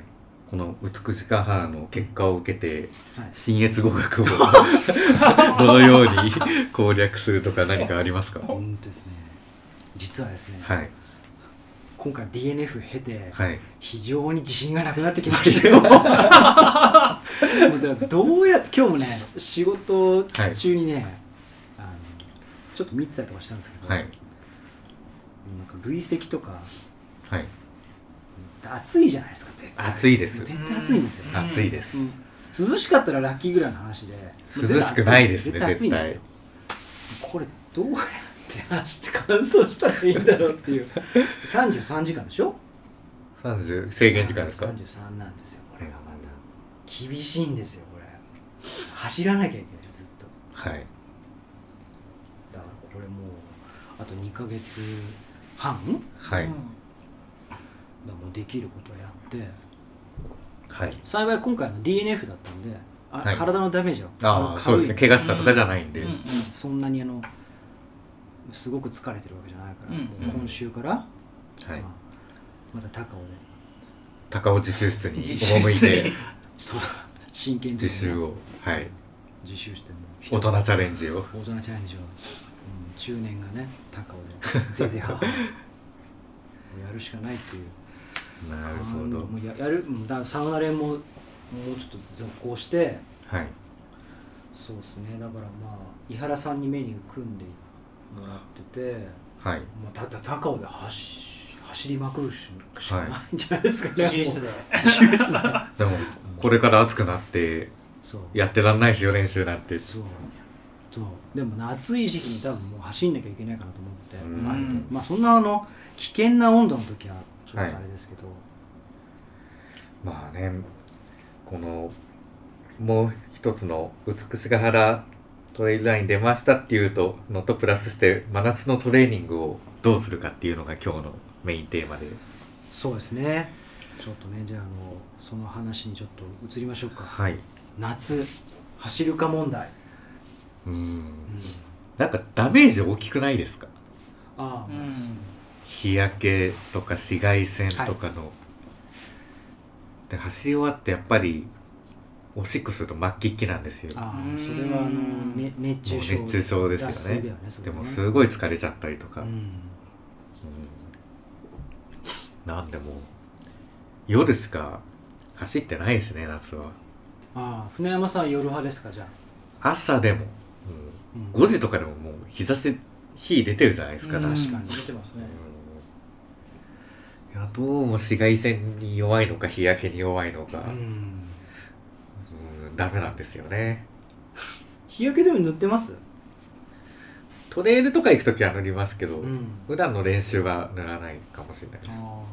この美しか原の結果を受けてはい信越語学をどのように攻略するとか何かありますか？ 本当ですね。実はですね、 はい今回 ディーエヌエフ 経て、 はい非常に自信がなくなってきましたよ。もうだからどうやって今日もね仕事中にね、あのちょっと見てたりとかしたんですけど、 はいなんか累積とかはい暑いじゃないですか。絶対暑いです絶対暑いんですよ、 うん暑いです、 うん涼しかったらラッキーぐらいの話で、 涼しくないですね絶対暑いんですよ。これどうやって走って乾燥したらいいんだろうっていうさんじゅうさんじかんでしょ。 さんじゅう制限時間ですか？ さんじゅうさんなんですよ。これがまた厳しいんですよ。これ走らなきゃいけないずっと。 はいだからこれもうあとにかげつはんはい、 うんだもうできることをやって、 はい幸い今回の ディーエヌエフ だったんで、あはい体のダメージはああそうですね怪我したとかじゃないんで、 うんうんそんなにあのすごく疲れてるわけじゃないから、 うんもう今週から、 はいまあまた高尾で高尾自習室に自習赴い室にてそう真剣自習をはい自習室でも大人チャレンジを大人チャレンジを、うん、中年がね高尾でぜいぜい母をやるしかないっていうなるほどもうややるもうだからサウナ練ももうちょっと続行してはいそうですね。だからまあ井原さんにメニュー組んでもらってて、 はいもうただ高尾で走走りまくるししかないんじゃないですかね。 自習室で自習室ででもこれから暑くなってそうやってらんないですよ練習なんてそうそうでもね暑い時期に多分もう走んなきゃいけないかなと思って、 うんあえてまあそんなあの危険な温度の時はちょっとあれですけど、 まあねこのもう一つの美しが原トレイルライン出ましたっていうとのとプラスして真夏のトレーニングをどうするかっていうのが今日のメインテーマでそうですね。ちょっとねじゃああのその話にちょっと移りましょうか。 はい夏走るか問題、 うーんうん、 なんかダメージ大きくないですか？ ああ、 うん日焼けとか紫外線とかの、で走り終わってやっぱりおしっこすると末期っ気なんですよ。もあうんあそれはあの、ね、熱う中症熱中症ですよ脱ね水だよねそれねでもすごい疲れちゃったりとか、 うんうんなんでも夜しか走ってないですね夏は。 ああ船山さんは夜派ですかじゃあ、 朝でも、 うんうん、ごじとかでももう日差し火出てるじゃないですか、 うん確か確かに出てますね。 いやどうも紫外線に弱いのか日焼けに弱いのか、 うんうん、ダメなんですよね。 日焼けでも塗ってます？ トレイルとか行くときは塗りますけど、 うん普段の練習は塗らないかもしれないです。 あ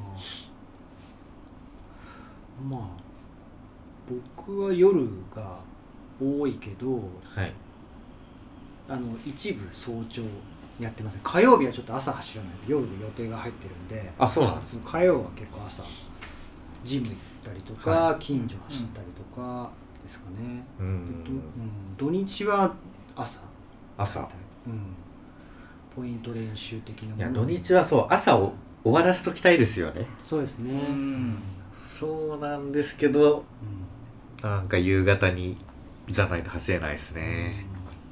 あまあ僕は夜が多いけどはいあの一部早朝やってますね。火曜日はちょっと朝走らないと夜の予定が入ってるんで、 あそうなんです。 火曜は結構朝ジム行ったりとか、 は近所走ったりとかですかね、 うでどうんん、土日は朝朝大体うん、ポイント練習的なものいや土日はそう朝を終わらしときたいですよね。 そうですね、 うんそうなんですけどうんなんか夕方にじゃないと走れないですね。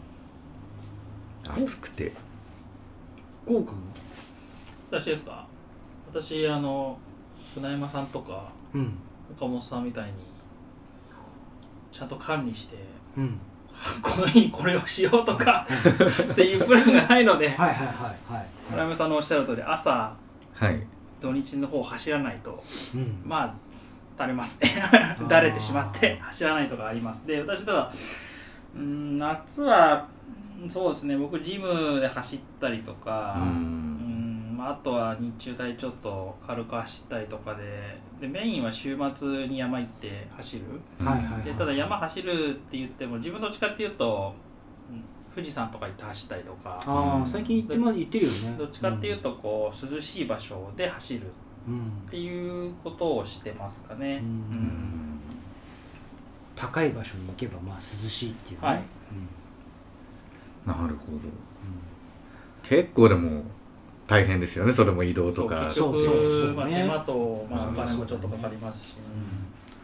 暑くてこうくん私ですか？私あの船山さんとかうん岡本さんみたいにちゃんと管理してうんこの日にこれをしようとかっていうプランがないので、 はいはいはいはい船山さんのおっしゃる通り朝はい土日の方走らないとうんまあ垂れますねだれてしまって走らないとかあります。で私ただうーん夏はうんそうですね僕ジムで走ったりとかううんん、まあ、あとは日中帯ちょっと軽く走ったりとかででメインは週末に山行って走る。 はいはいはいでただ山走るって言っても自分どっちかっていうと、うん富士山とか行って走ったりとかああ最近言ってま言ってるよね。 どっちかっていうとこう涼しい場所で走るっうんていうことをしてますかね。 うんうん高い場所に行けばまあ涼しいっていうね、 はいなるほど。結構でも大変ですよねそれも移動とか。 そう結局そうそうそうまあ、 ね手間と、まあ、おうん金もちょっとかかりますし、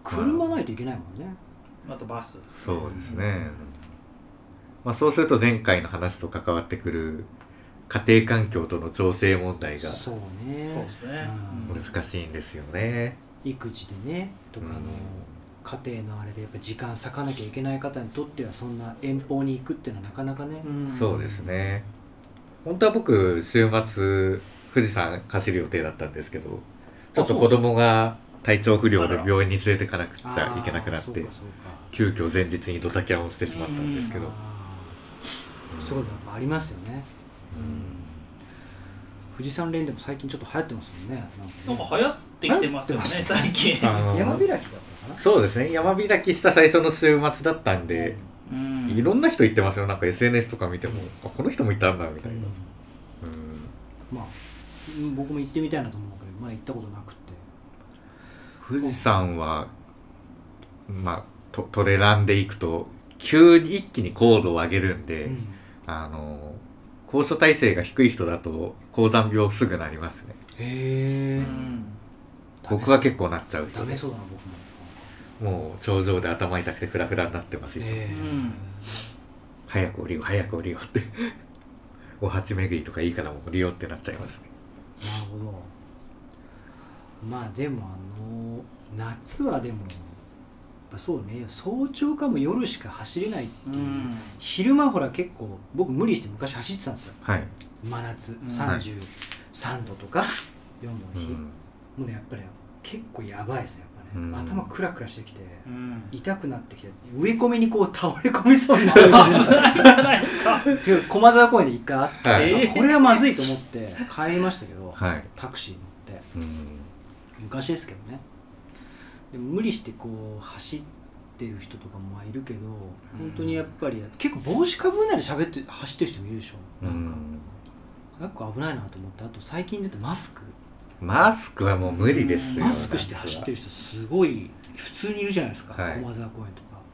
車ないといけないもんね。 あとバスですね。 そうですね、まあ、そうすると前回の話と関わってくる家庭環境との調整問題がそうね。 そうですね。 うん難しいんですよね。 育児でねとかの、 うん家庭のあれでやっぱ時間割かなきゃいけない方にとってはそんな遠方に行くっていうのはなかなかね、 うんそうですね。本当は僕週末富士山走る予定だったんですけど、ちょっと子供が体調不良で病院に連れてかなくちゃいけなくなってあーそうかそうか急遽前日にドタキャンをしてしまったんですけど、 あーそういうことやっぱありますよね。 うん富士山連でも最近ちょっと流行ってますもんね。 なんか流行ってきてますよね、最近。 あの山開きだったかな。 そうですね、山開きした最初の週末だったんで、 うんいろんな人行ってますよ。なんか エスエヌエス とか見ても、あこの人も行ったんだみたいな、 うんうんまあうん僕も行ってみたいなと思うけど、まあ行ったことなくて。 富士山はまあトトレランで行くと急に一気に高度を上げるんで、 うんあの高所耐性が低い人だと高山病すぐなりますね。 へえ、 うん僕は結構なっちゃう人で、 ダメそうだな僕も。 もう頂上で頭痛くてフラフラになってます、いつもへうん早く降りよう早く降りようってお鉢巡りとかいいからもう降りようってなっちゃいますね。 えなるほど。まあでもあの夏はでもやっぱそうね、早朝かも夜しか走れないっていう、 うん昼間ほら結構僕無理して昔走ってたんですよ。 はい、 真夏うんさんじゅうさんどとかよんどの日、 うんもうねやっぱり結構やばいですね、やっぱね、 うん頭クラクラしてきて、 うん痛くなってきて植え込みにこう倒れ込みそうになるみたいなじゃないですか。 っていう駒沢公園で一回あって、 はいあこれはまずいと思って帰りましたけど、 はい、 タクシー乗ってうん昔ですけどね。でも無理してこう走ってる人とかもまあいるけど、本当にやっぱり結構帽子かぶんないで喋って走ってる人もいるでしょ。なんか結構危ないなと思って、あと最近出たマスクマスクはもう無理ですよ。 マスクして走ってる人すごい普通にいるじゃないですか、 はい駒沢公園とか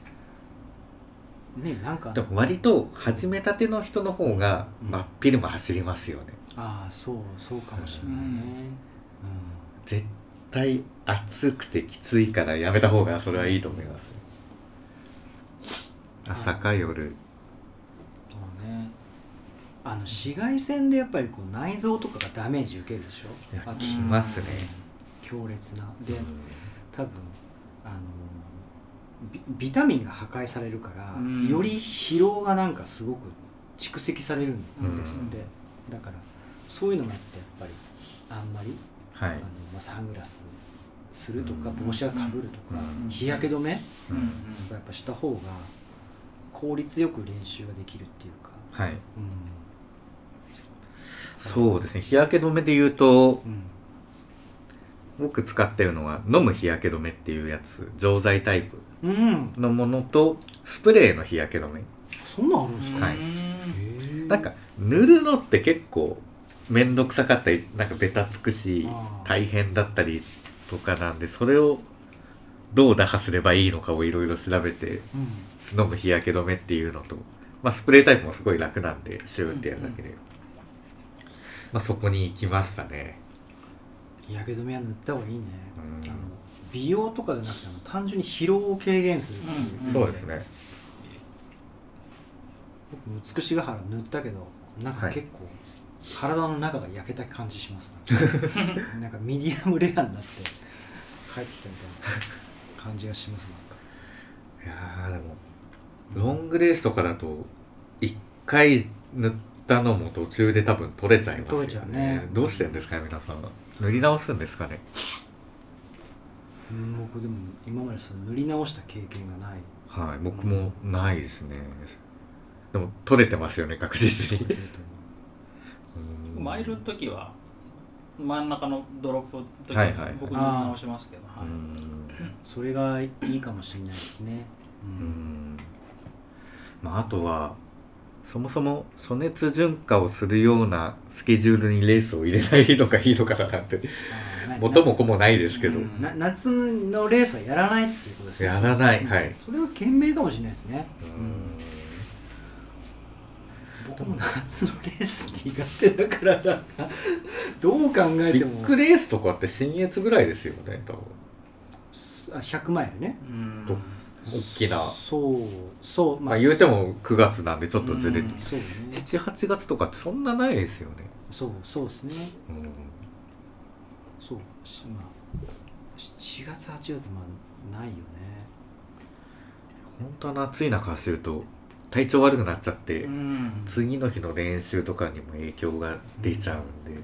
ね。なんかでも割と始めたての人の方がうん真っ昼間走りますよね。 ああそうそうかもしれないね、 絶対暑くてきついからやめた方がそれはいいと思います。朝か夜。 うんそうね。あの紫外線でやっぱりこう内臓とかがダメージ受けるでしょ。 いやあときますね。 強烈なで、 うん多分あのビビタミンが破壊されるから、 うんより疲労がなんかすごく蓄積されるんですって、だからそういうのもあってやっぱりあんまり、 はいあのまあ、サングラスするとか、 うん帽子はかぶるとか、 うん日焼け止めやうんうんっぱした方が効率よく練習ができるっていうか、 はい。 うそうですね。日焼け止めで言うとんうん、 僕使ってるのは飲む日焼け止めっていうやつ、錠剤タイプうん、 のものとスプレーの日焼け止め。 そんなんあるんですか、 はいへーなんか塗るのって結構めんどくさかったりなんかベタつくしあー大変だったりとかなんで、それをどう打破すればいいのかをいろいろ調べてうん飲む日焼け止めっていうのと、まあ、スプレータイプもすごい楽なんでシューってやるだけで、まあ、そこに行きましたね。 日焼け止めは塗った方がいいね、 うんあの美容とかじゃなくてあの単純に疲労を軽減するっていう、 うんそうですね。 僕美しが原塗ったけどなんかはい結構体の中が焼けた感じしますねなんかミディアムレアになって帰ってきたみたいな感じがしますなんかいやーでもロングレースとかだといっかい塗ったのも途中で多分取れちゃいますよね。 取れちゃうねどうしてるんですかね皆さん。塗り直すんですかね。 うん僕でも今までその塗り直した経験がないはい、僕もないですね。でも取れてますよね確実に。うんマイルの時は真ん中のドロップの時はいはい僕塗り直しますけど、はいうんそれがいいかもしれないですね、ううんんまああとはそもそも暑熱順化をするようなスケジュールにレースを入れないのがいいのかななんてあー元も子もないですけど、 うんな夏のレースはやらないっていうことですね。 やらないうんはいそれは賢明かもしれないですね。 うん僕も夏のレース苦手だからなんかどう考えビてもッグレースとかって新越ぐらいですよね多分。 あひゃくマイルね。 うんと大きな、 そうそうまあ、言うてもくがつなんでちょっとずれて、 うんそうねしちはちがつとかってそんなないですよね。 そうそうですね。 うんそうしまあしちがつはちがつまあないよね。 本当は暑い中走ると体調悪くなっちゃって、 うん次の日の練習とかにも影響が出ちゃうんで、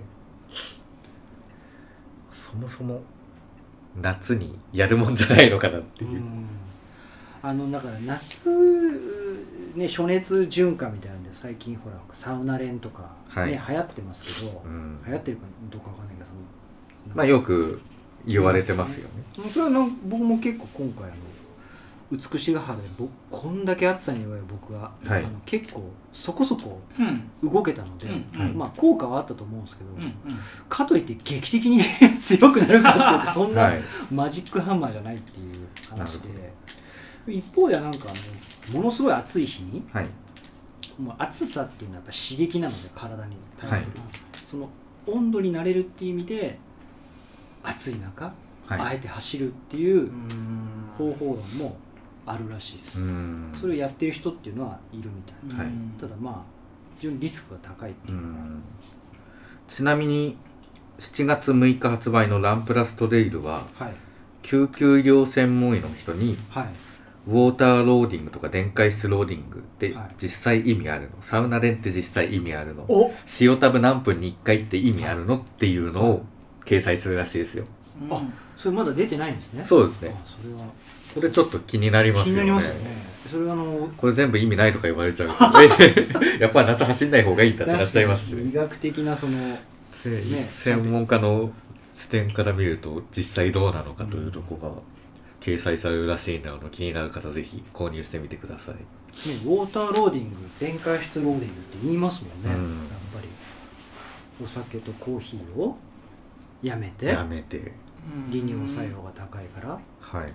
そもそも夏にやるもんじゃないのかなっていう、 うんあのだから夏ね暑熱循環みたいなんで最近ほらサウナ連とか、ねはい流行ってますけど、 うん流行ってるかどうかわかんないけどそのまあよく言われてますよね。 それはの僕も結構今回あの美しが原で僕こんだけ暑さに弱い僕が、 はいあの結構そこそこうん動けたので、 うんはいまあ効果はあったと思うんですけど、 うんうんかといって劇的に強くなるかって言ってそんなはいマジックハンマーじゃないっていう話で、 な一方ではなんかあのものすごい暑い日にはいもう暑さっていうのはやっぱ刺激なので体に対する、 はいその温度になれるっていう意味で暑い中、 はいあえて走るっていううん方法論もあるらしいです、 うんそれをやってる人っていうのはいるみたいな、 はいただまあ非常にリスクが高いっていううのが、 んちなみにしちがつむいか発売のランプラストレイルははい救急医療専門医の人にはいウォーターローディングとか電解質ローディングってはい実際意味あるの、サウナ連って実際意味あるの、 お塩タブ何分にいっかいって意味あるのっていうのを掲載するらしいですよ。 あそれまだ出てないんですね。 そうですね。 あそれはこれちょっと気になりますよね。 気になりますよね。それはあのこれ全部意味ないとか言われちゃうとやっぱり夏走んない方がいいんだってなっちゃいますし医学的なそのせ専門家の視点から見ると実際どうなのかというところが掲載されるらしいので気になる方ぜひ購入してみてください。 ね、ウォーターローディング電解質ローディングって言いますもんね、 うんやっぱりお酒とコーヒーをやめてやめて、 利尿作用が高いからはい、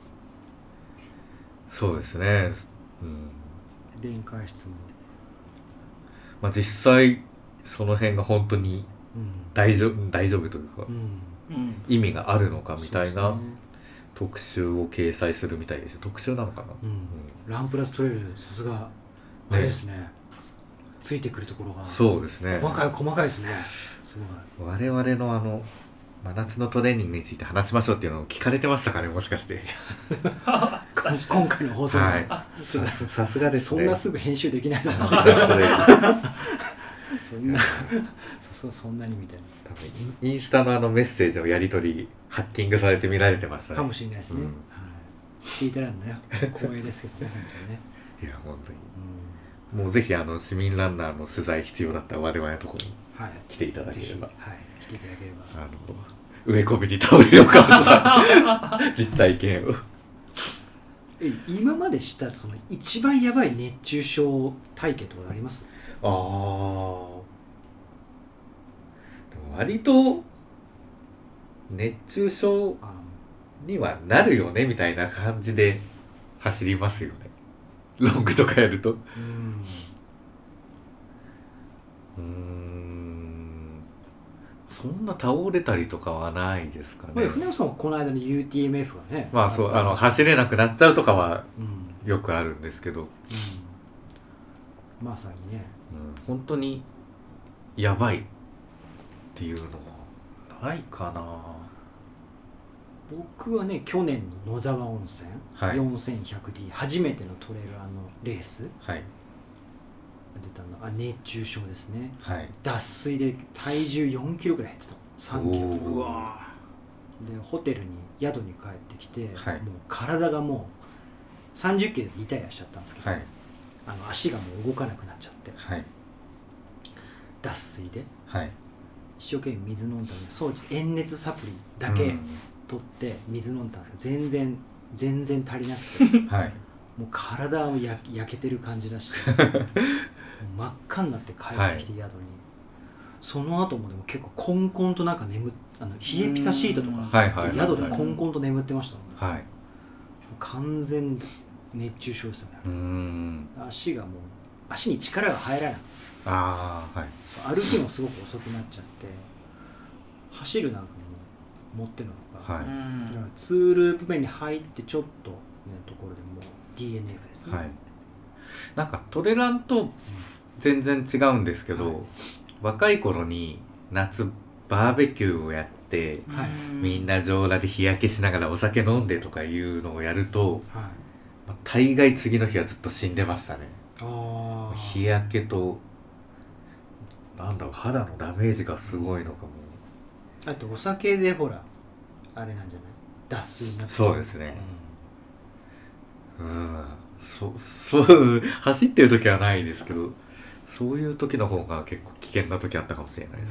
そうですね。うん電解質も、 まあ、実際その辺が本当にうん大丈夫大丈夫というか、 うん、 うん意味があるのかみたいなそうですね特集を掲載するみたいですよ。特集なのかな、 うん、ランプラストレイルさすがあれですねついてくるところがそうですね。 細かい細かいですねすごい我々のあの真夏のトレーニングについて話しましょうっていうのを聞かれてましたかね、もしかして。 こ今回の放送で、 はいちょっとささすがですね。 そんなすぐ編集できないだろうそんなそうそんなにみたい多分インインスタのあのメッセージのやり取りハッキングされて見られてましたね。 なかもしれないですね、 うんはい、聞いてられるのね光栄ですけどね本当にね、 いや本当にうもうぜひあの市民ランナーの取材必要だったら我々のところにん、はい来ていただぜひ、 ければ、 はい、来ていただければあの植え込みに倒れるかさん実体験を。 え今までしたその一番やばい熱中症体験とかあります？ ああ。でも割と熱中症あにはなるよねみたいな感じで走りますよね。ロングとかやると。ううんーん。そんな倒れたりとかはないですかね。 まあ船尾さんはこの間の ユーティーエムエフはねまあそうったあの走れなくなっちゃうとかはうん、うん、 よくあるんですけど、 まさにねうん、本当にやばいっていうのはないかな。 僕はね去年の野沢温泉、 はいよんせんひゃくディー 初めてのトレーラーのレースはいが出たのあ熱中症ですねはい。 脱水で体重よんキロぐらい減ってたさんキロとかおーうわでホテルに宿に帰ってきて、 はいもう体がもうさんじゅっキロでリタイアしちゃったんですけど、 はいあの足がもう動かなくなっちゃってはい脱水ではい。 一生懸命水飲んだんで当時塩熱サプリだけうん取って水飲んだんですけど全然全然足りなくてはい。 もう体をや焼けてる感じだしもう真っ赤になって帰ってきて宿に、その後もでも結構コンコンとなんか眠っあの冷えピタシートとかはいはいはいはい宿でコンコンと眠ってましたもん、 はい。 完全熱中症ですよね、 うーん。 足がもう足に力が入らないああはい。 そう歩きもすごく遅くなっちゃって走るなんかも持ってるのか、 はうい、 だからんツーループ面に入ってちょっとねところでもう ディーエヌエフ ですね、 はい、なんかトレランと全然違うんですけど、 はい、 若い頃に夏バーベキューをやってはいみんな上裸で日焼けしながらお酒飲んでとかいうのをやると、 はい、 まあ大概次の日はずっと死んでましたね。 ああ日焼けとなんだろう肌のダメージがすごいのかも。 あとお酒でほらあれなんじゃない脱水になってそうですね、うんそそう走ってる時はないですけどそういう時の方が結構危険な時あったかもしれないです、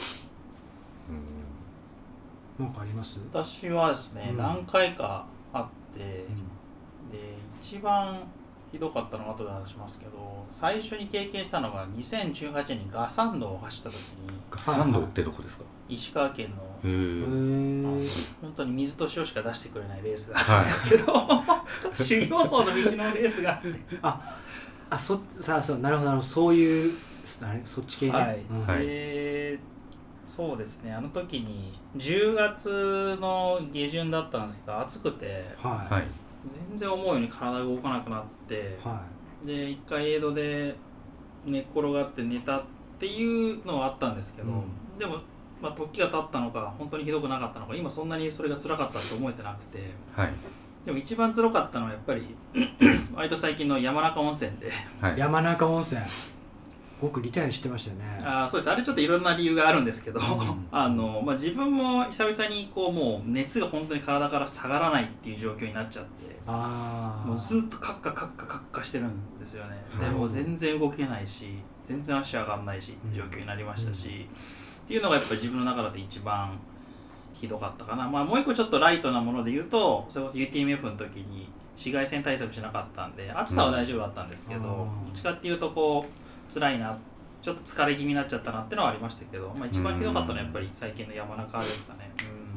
うん、 なんかあります？ 私はですね、 うん何回かあって、 うんで一番ひどかったのは後で話しますけど、最初に経験したのがにせんじゅうはちねんにガサンドを走った時にガサンドってどこですか？ 石川県のへへーあのえ本当に水と塩しか出してくれないレースがあるんですけど、修行僧の道のレースがあってあそさあそうなるほどなるほどそういうあれそっち系ね、 はい、 うんはいでそうですね、あの時にじゅうがつの下旬だったんですけど暑くてはいはい全然思うように体が動かなくなってはで一回エイドで寝っ転がって寝たっていうのはあったんですけど、 うんでも、まあ、時が経ったのか本当にひどくなかったのか今そんなにそれが辛かったと思えてなくて、 はいでも一番辛かったのはやっぱり割と最近の山中温泉ではいい山中温泉僕リタイアしてましたよねあそうですあれちょっといろんな理由があるんですけど、 うんあのまあ、自分も久々にこうもう熱が本当に体から下がらないっていう状況になっちゃってああもうずっとカッカカッカカッカしてるんですよねでなるほども全然動けないし全然足上がんないしって状況になりましたし、うん、っていうのがやっぱり自分の中で一番ひどかったかな、まあ、もう一個ちょっとライトなもので言うとそれこそ ユーティーエムエフ の時に紫外線対策しなかったんで暑さは大丈夫だったんですけど、 うんどっちかっていうとこう辛いなちょっと疲れ気味になっちゃったなってのはありましたけど、まあ、一番ひどかったのはやっぱり最近の山中ですかね、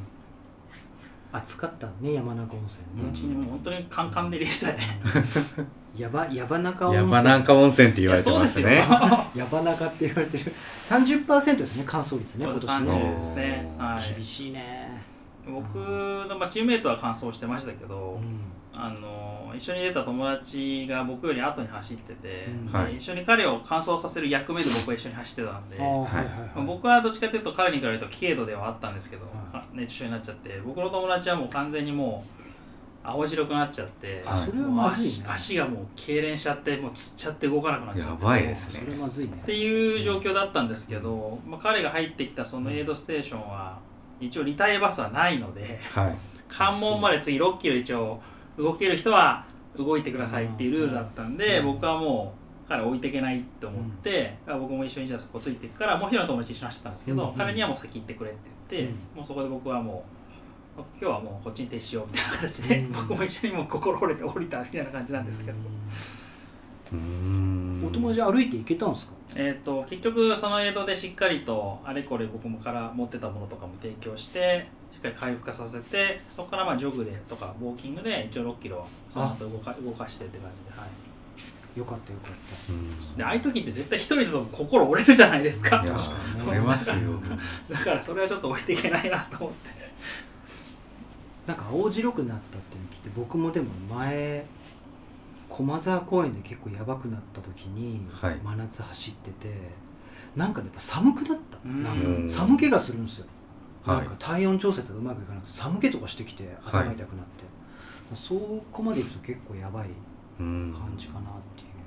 暑かったね山中温泉うん、うねちにもう本当にカンカン照りでしたねやば山中温泉山中温泉って言われてますね。 山中って言われてる さんじゅっパーセント ですね乾燥率ね今年さんじゅうねですね、はい、 厳しいね僕の、まあ、チームメイトは完走してましたけど、 うんあの一緒に出た友達が僕より後に走ってて、 うんはいで一緒に彼を完走させる役目で僕は一緒に走ってたんで、 あーはいはいまあはい僕はどっちかというと彼に比べると軽度ではあったんですけど、 は熱中症になっちゃって僕の友達はもう完全にもう青白くなっちゃってあそれはもうまずいね足足がもう痙攣しちゃってもうつっちゃって動かなくなっちゃってやばいですそねれまずいねっていう状況だったんですけど、まあ、彼が入ってきたそのエイドステーションは一応リタイアバスはないのではい関門まで次ろっキロ一応動ける人は動いてくださいっていうルールだったんで、 うん僕はもう彼置いていけないと思って、僕も一緒にじゃあそこついていくからもう一人の友達一緒に走ってたんですけど、 うん彼にはもう先行ってくれって言って、 うんもうそこで僕はもう今日はもうこっちに停止しようみたいな形で、 うん僕も一緒にもう心折れて降りたみたいな感じなんですけど、 うーんお友達歩いて行けたんですかえー、と結局そのエイドでしっかりとあれこれ僕もから持ってたものとかも提供してしっかり回復化させてそこからまあジョグでとかウォーキングで一応ろっキロその後動か動かしてって感じで、はい、 よかったよかったうんでああいう時って絶対一人だと心折れるじゃないですかいや確かにね折れますよ。 だからそれはちょっと置いていけないなと思ってなんか青白くなったっていうのを聞いて僕もでも前駒沢公園で結構やばくなった時にはい真夏走ってて、なんかねやっぱ寒くなったうんなんか寒気がするんですよ、 はいなんか体温調節がうまくいかなくて寒気とかしてきて頭痛くなって、そこまでいくと結構やばいうん感じかなっていう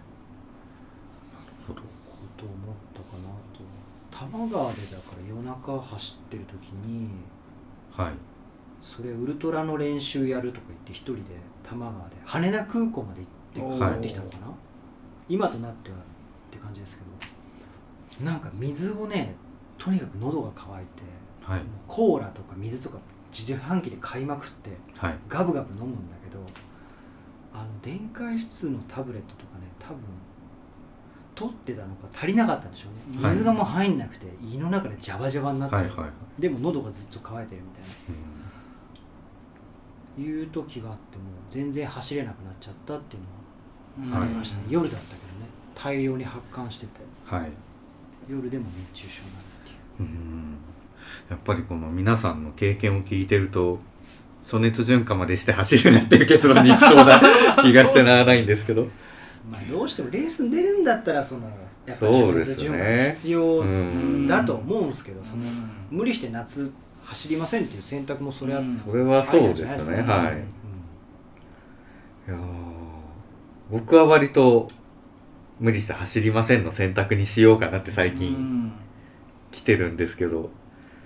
ほどことを思ったかなと。多摩川でだから夜中走ってる時にはいそれウルトラの練習やるとか言って一人で多摩川で羽田空港まで行ってはい帰ってきたのかな、今となってはって感じですけど、なんか水をねとにかく喉が渇いてはいコーラとか水とか自販機で買いまくってはいガブガブ飲むんだけど、あの電解質のタブレットとかね多分取ってたのか足りなかったんでしょうね、 はい水がもう入んなくて胃の中でジャバジャバになって、 はいはいでも喉がずっと渇いてるみたいなうんいう時があっても全然走れなくなっちゃったっていうのはありましたね、 うん夜だったけどね大量に発汗しててはい夜でも熱中症になるっていううんやっぱりこの皆さんの経験を聞いてると暑熱順化までして走るなっていう結論にいきそうな気がしてならないんですけどまあどうしてもレースに出るんだったらそのやっぱり暑そうですよ熱順化ね必要うんだと思うんですけど、そのうん無理して夏走りませんっていう選択もそれは、 うんそれはそうですね、 ありなんじゃないですかはい、 うんいやー僕は割と無理して走りませんの選択にしようかなって最う近ん来てるんですけど、うーん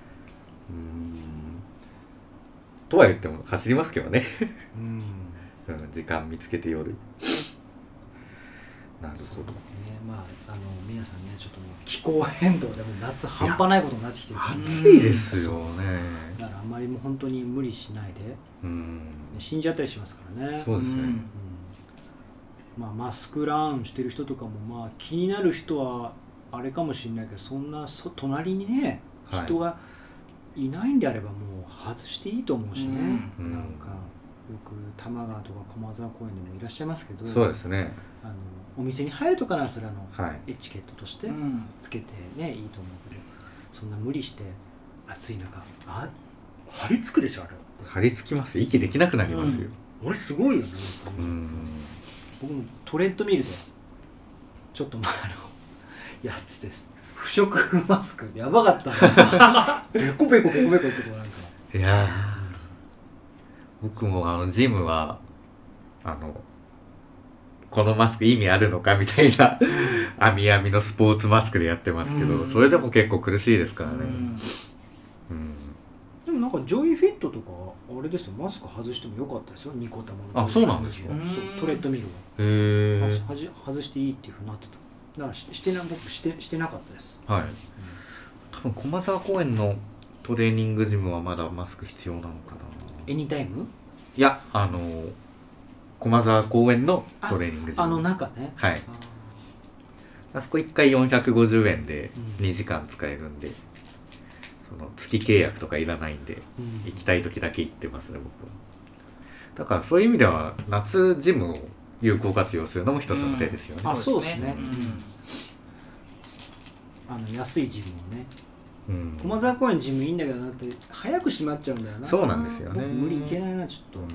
とは言っても走りますけどね、 うんうん、時間見つけて夜なるほどそうですね、まああの皆さんねちょっともう気候変動でも夏半端ないことになってきてるから、 暑いですよねだからあんまりもう本当に無理しないで、ねうん死んじゃったりしますからね。 そうですね、 うんまあ、マスクランしてる人とかもまあ気になる人はあれかもしれないけど、そんなそ隣にねはい人がいないんであればもう外していいと思うしね、 うんなんかよく多摩川とか駒沢公園でもいらっしゃいますけど、 そうですね、 あのお店に入るとかならそれはあの、 はいエチケットとしてうんつけてねいいと思うけど、そんな無理して暑い中あ張り付くでしょあれ。 張り付きます、息できなくなりますよ、 俺すごいよね。 うん僕もトレッドミルでちょっと前のやつです不織布マスクやばかったのベコベコベコベコってこうなんかいやー僕もあのジムはあのこのマスク意味あるのかみたいな網網のスポーツマスクでやってますけど、 うんそれでも結構苦しいですからね、 うんうんでもなんかジョイフィットとかあれですよマスク外してもよかったですよニコタマのあそうなんですかそうトレッドミルへえははじ外していいっていうふうになってただからししてな僕してしてなかったです。 はい多分駒沢公園のトレーニングジムはまだマスク必要なのかな。 エニタイムいやあの駒沢公園のトレーニングジムあの中ねはいああそこいっかいよんひゃくごじゅうえんでうんにじかん使えるんで、その月契約とかいらないんでうん行きたい時だけ行ってますね僕は。だからそういう意味では夏ジムを有効活用するのも一つの手ですよね、 あそうですねうんあの安いジムをねうん駒沢公園ジムいいんだけどなって早く閉まっちゃうんだよな。 そうなんですよね僕無理いけないなちょっと、 うんうん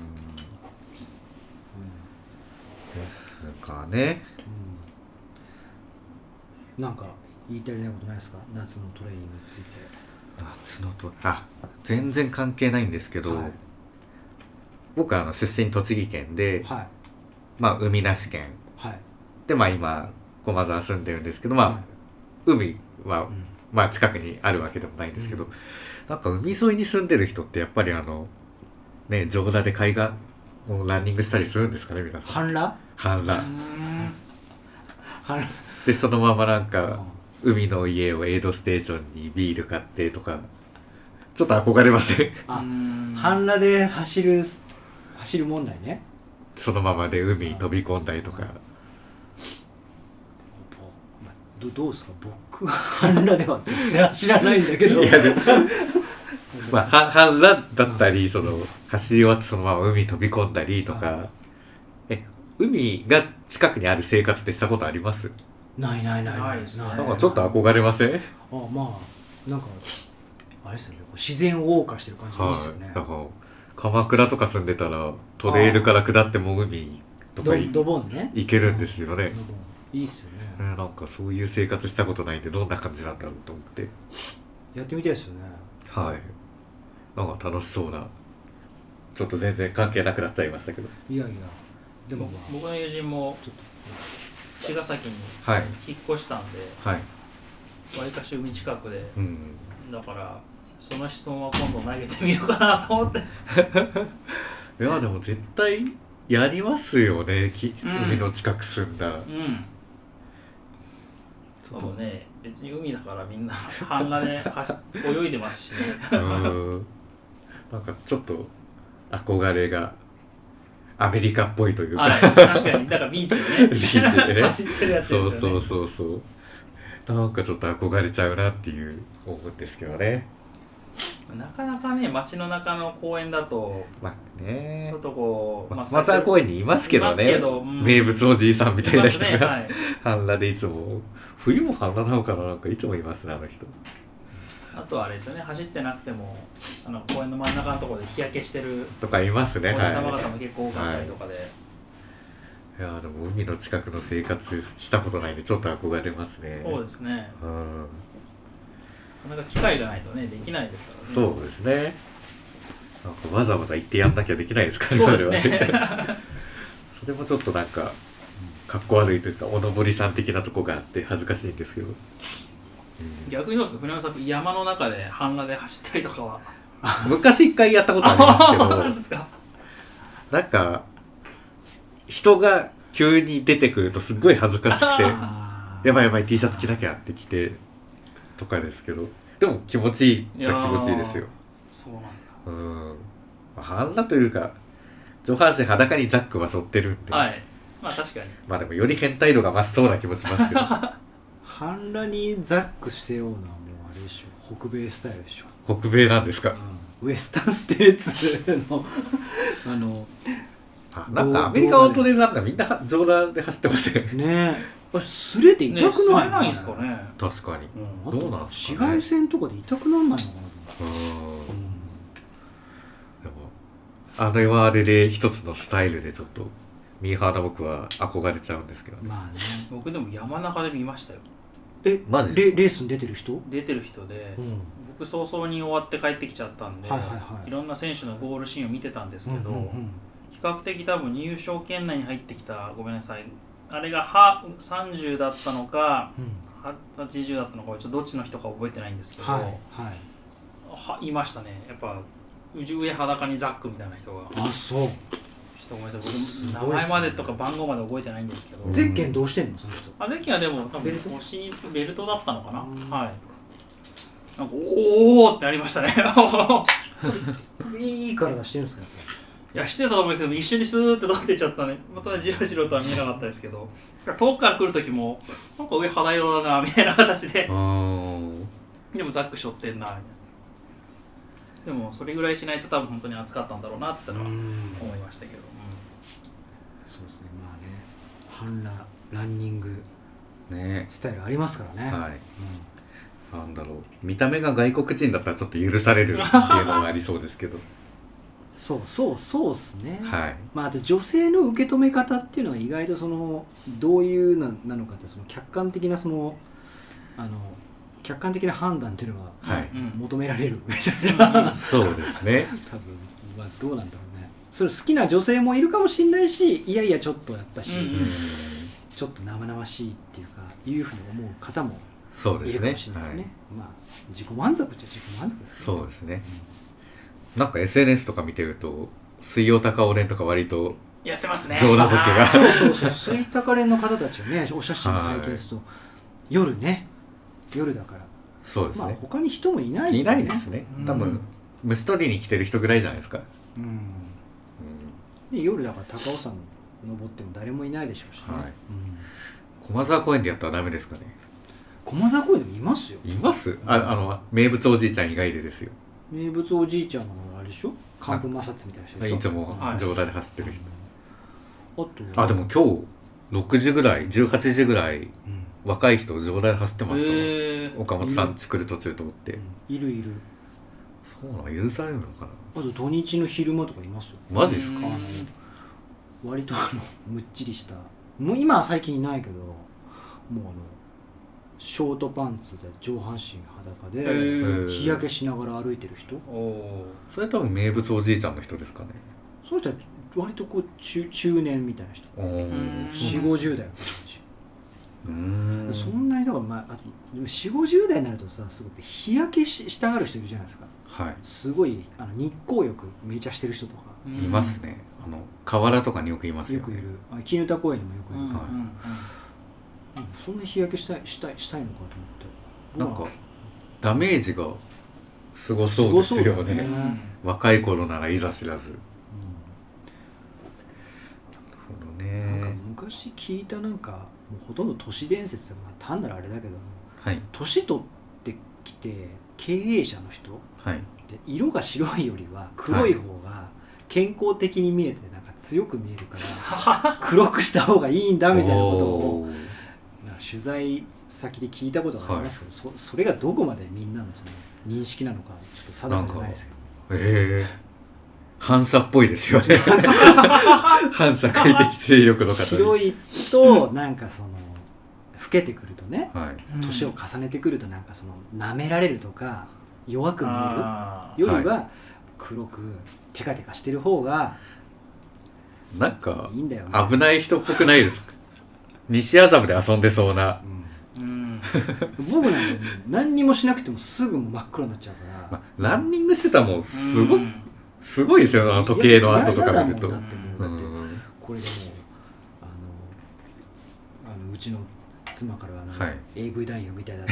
ですかね。 うんなんか言いたいことないですか夏のトレーニングについて。 夏のとあ全然関係ないんですけど、 はい僕はあの出身栃木県で、 はいまあ海なし県はいでまあ今駒沢住んでるんですけどまあ、 はい海は、 うんまあ近くにあるわけでもないんですけど、 うんなんか海沿いに住んでる人ってやっぱりあのね上田で海岸をランニングしたりするんですかね皆さん。 半裸氾濫半裸でそのままなんか海の家をエイドステーションにビール買ってとかちょっと憧れませんあうん半裸で走る走る問題ね。 そのままで海に飛び込んだりとか。 どどうですか僕は半裸では絶対走らないんだけど。 いやでもまあは氾濫だったりその走り終わってそのまま海に飛び込んだりとはかえ海が近くにある生活ってしたことあります？ ないないないないですねないなんかちょっと憧れません？はい。 あまあなんかあれですよねこう自然を謳歌してる感じいいですよね。 だから鎌倉とか住んでたらトレイルから下っても海とかドいドボンね。 行けるんですよねド。ボンいいっすよね。 えーなんかそういう生活したことないんでどんな感じなんだろうと思って。 やってみたいですよね。 はい。なんか楽しそうな。ちょっと全然関係なくなっちゃいましたけど。 いやいやでもまあ僕の友人もちょっ茅ヶ崎にはい。 引っ越したんではい。 わりかし海近くでうん。 だからその質問は今度投げてみようかなと思っていやでも絶対やりますよね、きうん海の近く住んだら。 うんちょっと多分ね別に海だからみんな半裸では泳いでますしねうーんなんかちょっと憧れがアメリカっぽいというか、 はい確かにだからビーチでねビーチでね走ってるやつですよねそうそうそうそうなんかちょっと憧れちゃうなっていう思うんですけどね。 なかなかね街の中の公園だとまあねちょっとこう、 まあ駒沢公園にいますけどいますねけどうん名物おじいさんみたいな人いますねが、 はい半裸でいつも冬も半裸なのかななんかいつもいますねあの人。 あとはあれですよね、走ってなくてもあの公園の真ん中のところで日焼けしてるとかいますね。 おじさまは方も結構多かったりとかで、 い。いやーでも海の近くの生活したことないんでちょっと憧れますね。 そうですね、 うん。 なかなか機会がないとねできないですからね。 そうですね。なんかわざわざ行ってやんなきゃできないですからそうですね我々それもちょっとなんかかっこ悪いというかおのぼりさん的なとこがあって恥ずかしいんですけど、うん、 逆にどうですか、船山さん、山の中で半裸で走ったりとかは。 昔一回やったことありああ、 ますけそうなんどですか。 なんか人が急に出てくるとすっごい恥ずかしくてあーやばいやばい T シャツ着なきゃって着てとかですけど、でも気持ちいいじゃ気持ちいいですよ。 そうなんだ。 うん、半裸というか上半身裸にザックは背負ってるんで、 はい。まあ確かに。 まあでもより変態度が増しそうな気もしますけど半裸にザックしてようなもうあれでしょ、北米スタイルでしょ、 北米なんですか。 うん、ウエスタンステーツのあのあなんかアメリカのトレーラーなんかみんな上裸で走ってますよね。 ねえ、あれ擦れて痛くね、吸ないえないんですかね。 確かに、 うんあとどうなんです紫かね。 外線とかで痛くなんないのかなと思って、 うんうんでもあれはあれで一つのスタイルでちょっとミーハーな僕は憧れちゃうんですけどね。 まあね、 僕でも山中で見ましたよ。 えマジですかレレースに出てる人、 出てる人で、 うん僕早々に終わって帰ってきちゃったんで、 はいはいはいいろんな選手のゴールシーンを見てたんですけど、 うんうんうん比較的多分入賞圏内に入ってきた、ごめんなさい、あれがはさんじゅうだったのかうんはちじゅうだったのか、ちょっとどっちの人か覚えてないんですけど、 はいはい、 はいましたね。やっぱ上裸にザックみたいな人が。 あそう、 ちょっとごめんなさい、僕名前までとか番号まで覚えてないんですけど、 んゼッケンどうしてんのその人、 あゼッケンはでも多分ベルト腰につくベルトだったのかな、 うんはい。なんかおーってなりましたね。 いい体してるんですか、やっいやしてたと思うんですけど、一瞬にスーって取ってっちゃったね。またじろじろとは見えなかったですけど、遠くから来る時もなんか上肌色だなみたいな形で、 うんでもザック背負ってんなみたいな。でもそれぐらいしないと多分本当に暑かったんだろうなってのはぱうん思いましたけど、 そうですね、まあね、半裸ランニングねスタイルありますからね、 はい、 うんなんだろう、見た目が外国人だったらちょっと許されるっていうのがありそうですけどそうそうそうっすね、 はいまあ、あと女性の受け止め方っていうのが意外とそのどういうななのかって、その客観的なそのあの客観的な判断っていうのがはい、 うん求められるみたいな、 そうですね。 多分、まあ、どうなんだろうね、それ好きな女性もいるかもしれないし、いやいやちょっとやっぱし、 うんうんちょっと生々しいっていうかいうふうに思う方もそうですねいるかもしれないですね、まあ自己満足っちゃ自己満足ですね、 そうですね。なんか エスエヌエス とか見てると水曜高尾連とか割とやってますね。 上裸族がそうそうそう、スイタカレンの方たちをね、お写真を拝見すると、夜ね、夜だから、まあそうですね、 他に人もいないいないですねうん多分虫取りに来てる人ぐらいじゃないですか、 うん、 うんで夜だから高尾山登っても誰もいないでしょうしね、 はいうん、 駒沢公園でやったらダメですかね。 駒沢公園でもいますよ、 いますああの名物おじいちゃん以外でですよ。 名物おじいちゃんのあれでしょ、寒風摩擦みたいな人でしょ、 いつもはい上裸で走ってる人、 あとあでも今日ろくじぐらいじゅうはちじぐらいうん若い人上裸で走ってましたもん、 へー岡本さん家来る途中と思って、 いるいる、 そうなの許されるのかな。 あと土日の昼間とかいますよ、 マジですか。 うんあの割とあのむっちりした、もう今は最近いないけど、もうあのショートパンツで上半身裸へでー日焼けしながら歩いてる人、 おそれ多分名物おじいちゃんの人ですかね。 その人は割とこう中中年みたいな人、 おーんよんじゅう、ごじゅう代の感じ、 うーんそんなにだから、まあ、あとよんじゅう、ごじゅう代になるとさ、すごく日焼けししたがる人いるじゃないですか、 はいすごいあの日光浴めちゃしてる人とかーいますね。あの河原とかによくいますよね。 よくいる、あ絹田公園にもよくいる、 うんうんうんうんそんな日焼けしたいしたいしたいのかと思って、 なんかダメージがすごそうですよすごそうだね。 ね若い頃ならいざ知らず。 うなるんなんかほどね。 昔聞いたなんかもうほとんど都市伝説で、まあ、単なるあれだけどはい年取ってきて経営者の人はい。 で色が白いよりは黒い方が健康的に見えてなんか強く見えるから黒くした方がいいんだみたいなことをおーなんか取材先で聞いたことがありますけど、そそれがどこまでみんなのその認識なのかちょっと定かじゃないですけど、 ええ反射っぽいですよね反社会的勢力の方に白いとなんかその老けてくるとね、 はい年を重ねてくるとなんかその舐められるとか弱く見あえるよりは黒くテカテカしてる方がなんかいいんだよね。 危ない人っぽくないですか西麻布で遊んでそうな、 うんーうん僕なんか何にもしなくてもすぐもう真っ黒になっちゃうから、 まあ、ランニングしてたらもうすご,、 うんすごいですよあの時計の跡とか見るといややだもんだってもうだってうんこれでもうあのあのうちの妻からあの、 はいエーブイ 男優みたいな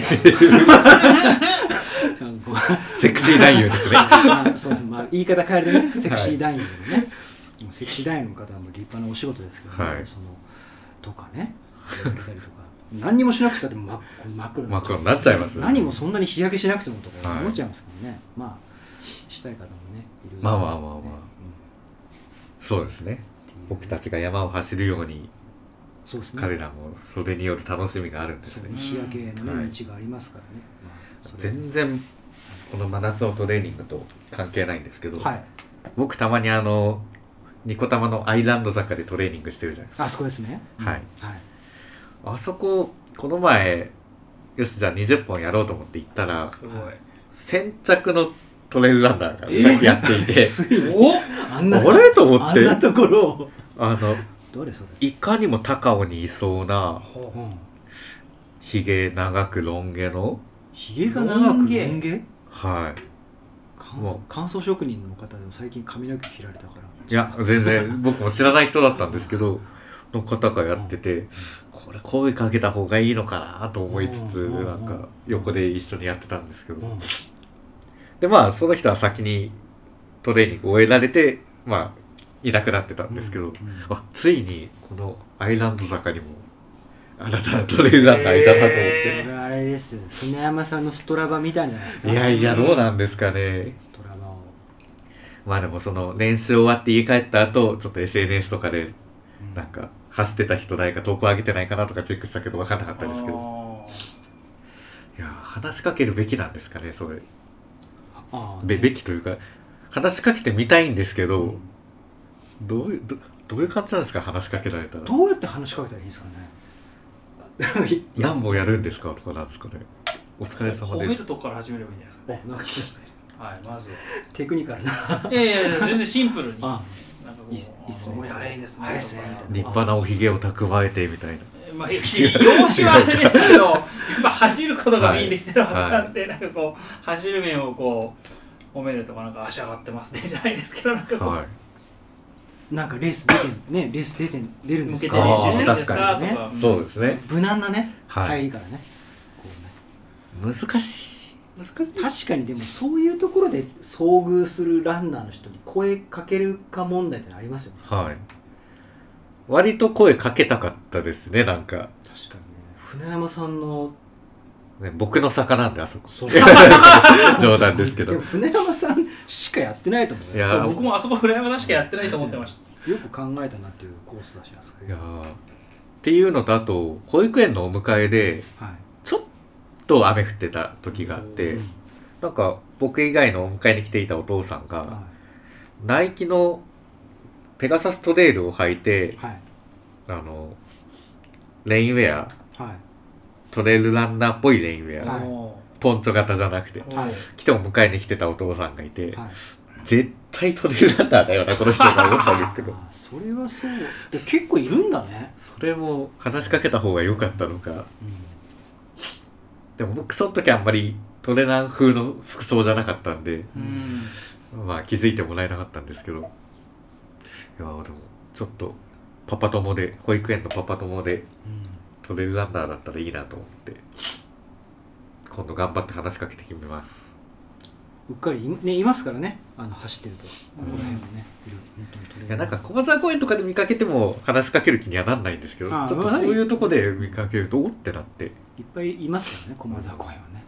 なんかこうセクシー男優ですねあそうそう、まあ、言い方変えるとねセクシー男優のね、セクシー男優の方はもう立派なお仕事ですけど、ねはいそのとかねやられたりとか何にもしなくたって真っ真っ黒真っ黒になっちゃいますよね何もそんなに日焼けしなくてもとかはい思っちゃいますけどね、まあしたい方もねいるまあまあまあまあうんそうですねっていう僕たちが山を走るようにそうですね彼らもそれによる楽しみがあるんですねそう日焼けのね、 はい道がありますからね、まあ、それ全然この真夏のトレーニングと関係ないんですけど、 はい僕たまにあのニコタマのアイランド坂でトレーニングしてるじゃないですかあそこですねはいはいあそここの前よしじゃあにじゅっぽんやろうと思って行ったらすごい先着のトレイルランナーがやっていて、 ついにおあんなあれと思ってあんなところをあのどれそれ、 いかにも高尾にいそうなうん、 ひげ長くロン毛のひげが長くロン毛はい乾もう乾燥職人の方でも最近髪の毛切られたからいや全然僕も知らない人だったんですけどの方がやっててこれ声かけた方がいいのかなと思いつつうんなんか横で一緒にやってたんですけどうんでまあその人は先にトレーニングを終えられてまあいなくなってたんですけど、 うんうんあついにこのアイランド坂にもあなたのトレイルランナーいたなと思って、 へこれあれですよ船山さんのストラバ見たんじゃないですかいやいやどうなんですかねストラバを、 まあでもその練習終わって家帰った後ちょっと エスエヌエス とかでうんなんか走ってた人誰か投稿上げてないかなとかチェックしたけど分かんなかったですけどいや話しかけるべきなんですかねそれああべべきというか話しかけてみたいんですけど、どういうどどういう感じなんですか話しかけられたらどうやって話しかけたらいいんですかねいや何本やるんですかとかなんですかねお疲れ様褒めでするとこから始めればいいんじゃないですかねあなんかはいまずテクニカルないやいやいや全然シンプルにあなんかこういいっすいいっすねあの早いですね早いっすねとかみたいな立派なおひげを蓄えてみたいなまあ、容姿はあれですけど、やっぱ走ることがメインできてるはずなんで、なんかこう、走る面をこう、褒めるとか、なんか足上がってますねじゃないですけど、なんかこう、 はいなんかレース出てんねレース出てん出るんで向けすかて練習してるんですあかとー確かにねか、 そうですね無難なね、 はい入りからねこうね難しい難しい確かにでもそういうところで遭遇するランナーの人に声かけるか問題ってのありますよねはい割と声かけたかったですねなんか、 確かにね船山さんのね、僕の坂なんであそこそう冗談ですけどでも船山さんしかやってないと思うよいやそう僕もあそこ、浦山田しかやってないと思ってました。 よく考えたなっていうコースだしあそこいやーっていうのとあと保育園のお迎えではいちょっと雨降ってた時があってうんなんか僕以外のお迎えに来ていたお父さんがはナイキのペガサストレイルを履いていはいあのレインウェアはいトレイルランナーっぽいレインウェア、 はいおポンチョ型じゃなくてーはい来てお迎えに来てたお父さんがいて、 はい絶対トレイルランナーだよなこの人が思ったんですけどあーそれはそうで結構いるんだね、 それも話しかけた方が良かったのかうんでも僕その時あんまりトレラン風の服装じゃなかったんでうんまあ気づいてもらえなかったんですけどいやーでもちょっとパパ友で保育園のパパ友でトレイルランナーだったらいいなと思って今度頑張って話しかけてみますうっかりい,、ね、いますからねあの走ってるとここら辺もね、いる本当にトレーいやなんか駒沢公園とかで見かけても話しかける気にはなんないんですけどちょあーっとそういうとこで見かけるとおってなっていっぱいいますからね駒沢公園はね、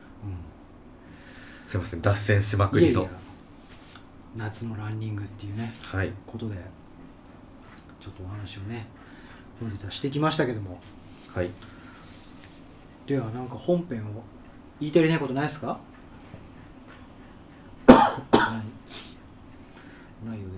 すいません脱線しまうん、いやいやくりの夏のランニングっていうねはいことでちょっとお話をね本日はしてきましたけどもはいではなんか本編を言い足りないことないですか？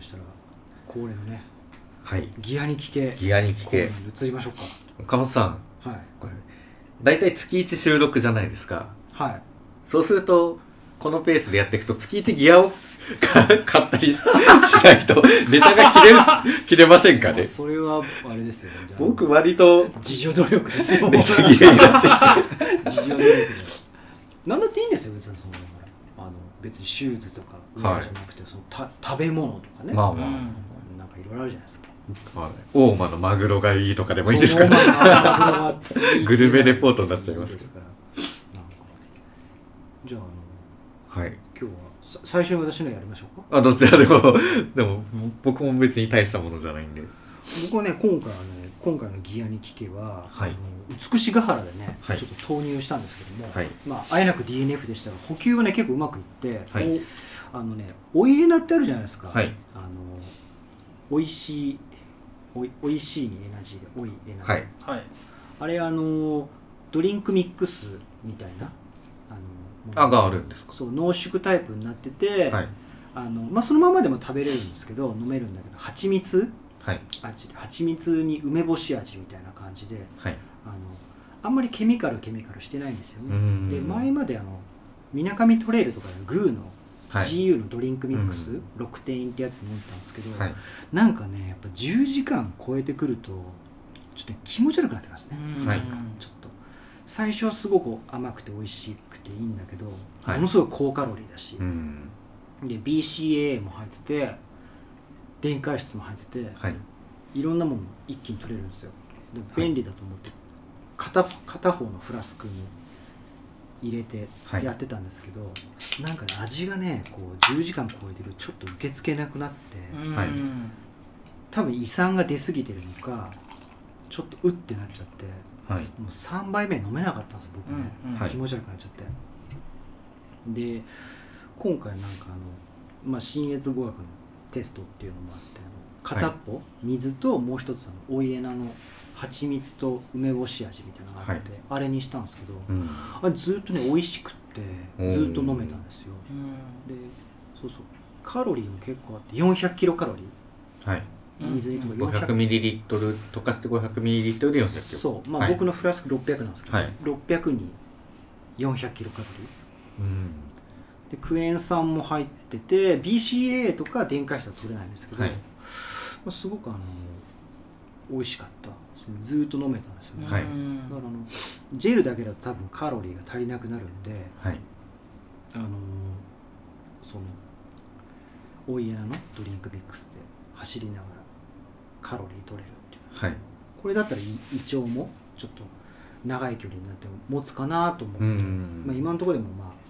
したら恒例のねはいギアに聞けギアに聞けコーナーに移りましょう岡本さんか。はいこれ大体月いち収録じゃないですか。 はいそうするとこのペースでやっていくと月いちギアを買ったりしないとネタが切れる切れませんかね。 それはあれですよね。 僕割と自助努力ですよ。 ネタ切れになってきて自助努力でなんだっていいんですよ別にそのあの別にシューズとかウェアじゃなくて、そのた食べ物とかね、 まあまあ、 うんなんかいろいろあるじゃないですか。 はい、大間のマグロがいいとかでもいいですかそうらまあグルメレポートになっちゃいますですからなんかじゃああのはい今日はさ最初に私のやりましょうか。 あどちらでもでも僕も別に大したものじゃないんで。 僕はね今回はね今回のギアに聞けは、 はいあの美しが原でね、 はいちょっと投入したんですけども、 はいまああえなく ディーエヌエフ でしたら補給はね結構うまくいって、 はいあのねおいえなってあるじゃないですか、 はいあのおいしいおいおいしいにエナジーでおいえな、 はいはいあれあのドリンクミックスみたいなあのあがあるんですか。 そう濃縮タイプになってて、 はいあのまあ、そのままでも食べれるんですけど飲めるんだけど蜂蜜はい味で蜂蜜に梅干し味みたいな感じではいあのあんまりケミカルケミカルしてないんですようね。 んで前まであのみなかみトレイルとかでグーのはいジーユー のドリンクミックス、 うんろくてんインってやつ飲んでたんですけど、 はいなんかねやっぱじゅうじかん超えてくるとちょっと、ね、気持ち悪くなってますね、 はいちょっと最初はすごく甘くて美味しくていいんだけど、 はいものすごい高カロリーだし、 うんで ビーシーエー も入ってて電解質も入っててはいいろんなもの一気に取れるんですよ。で便利だと思って片片方のフラスクに入れてやってたんですけど、なんかね味がねこうじゅうじかん超えてるとちょっと受け付けなくなって、 はい多分胃酸が出過ぎてるのかちょっとうってなっちゃって、 はいもうさんばいめ飲めなかったんですよ僕ね、 うんうんはい気持ち悪くなっちゃってで今回なんかあの、まあ、信越語学のテストっていうのもあってあの片っぽ、水ともう一つあのおいえなの蜂蜜と梅干し味みたいなのがあって、 はいあれにしたんですけど、 うんあれずっとね美味しくってずっと飲めたんですよ。でそうそうカロリーも結構あってよんひゃくキロカロリーはい水にとかごひゃくミリリットル溶かしてごひゃくミリリットルでよんひゃくキロ。 そう、まあはい僕のフラスクろっぴゃくなんですけど、 はいろっぴゃくによんひゃくキロカロリーうんでクエン酸も入ってて ビーシーエー とか電解質は取れないんですけど、 はいまあ、すごくあの美味しかったずーっと飲めたんですよね、 はいだからあのジェルだけだと多分カロリーが足りなくなるんではいあのそのおいえなのドリンクミックスで走りながらカロリー取れるっていうはいこれだったら胃胃腸もちょっと長い距離になっても持つかなと思って、 うんまあ、今のところでもまああの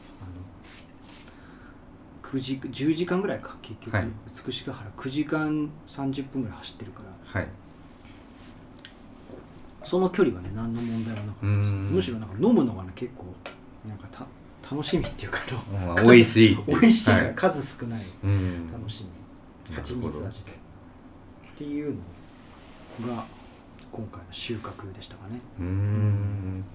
くじじゅうじかんぐらいか結局、 はい美しが原くじかんさんじゅっぷんぐらい走ってるからはいその距離はね何の問題はなかったですうんむしろなんか飲むのがね結構なんかた楽しみっていうかあのまあ美味しいっていう美味しいからはい数少ないうん楽しみ、蜂なるほど蜜味でっていうのが今回の収穫でしたかね。 うーん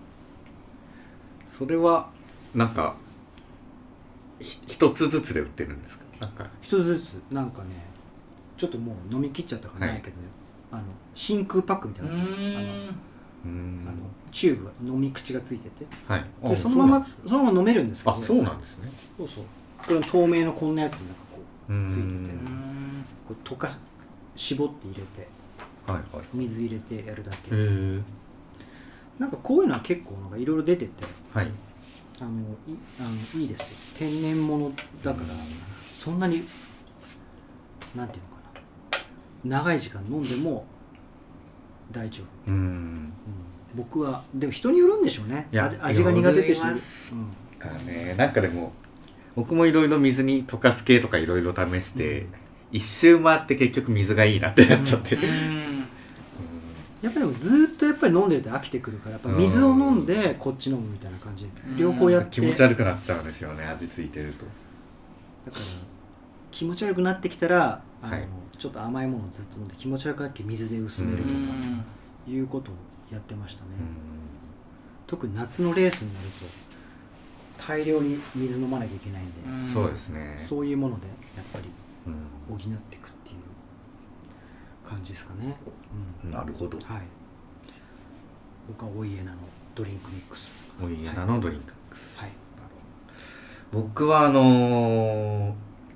それはなんかひ一つずつで売ってるんですか。なんか一つずつなんかねちょっともう飲み切っちゃったからないけどね、あの真空パックみたいなのがあるんですよ。あのうーんあのチューブが飲み口がついててはいあでそのままそのまま飲めるんですけどあそうなんですね。 そうそうこれ透明のこんなやつになんかこうーうついててんこう溶か絞って入れてはいはい水入れてやるだけへえなんかこういうのは結構なんかいろいろ出ててはいあのいあのいいですよ天然物だからそんなになんていうのかな長い時間飲んでも大丈夫、 うーんうん、僕はでも人によるんでしょうねいや味味が苦手って人よいるりますうんからねなんかでも僕もいろいろ水に溶かす系とかいろいろ試して、 うん一周回って結局水がいいなってなっちゃって、うんやっぱりでもずっとやっぱり飲んでると飽きてくるからやっぱ水を飲んでこっち飲むみたいな感じで両方やって気持ち悪くなっちゃうんですよね味ついてると。 だから気持ち悪くなってきたらあの、 はいちょっと甘いものをずっと飲んで気持ち悪くなって水で薄めるとかいうことをやってましたね、特に夏のレースになると大量に水飲まなきゃいけないんで、 そうですね。 そういうものでやっぱりうん補っていくっていう感じですかね。うん、 なるほど。 はい。僕はオイエナのドリンクミックス。 オイエナのドリンク。 はい。 僕はあのー、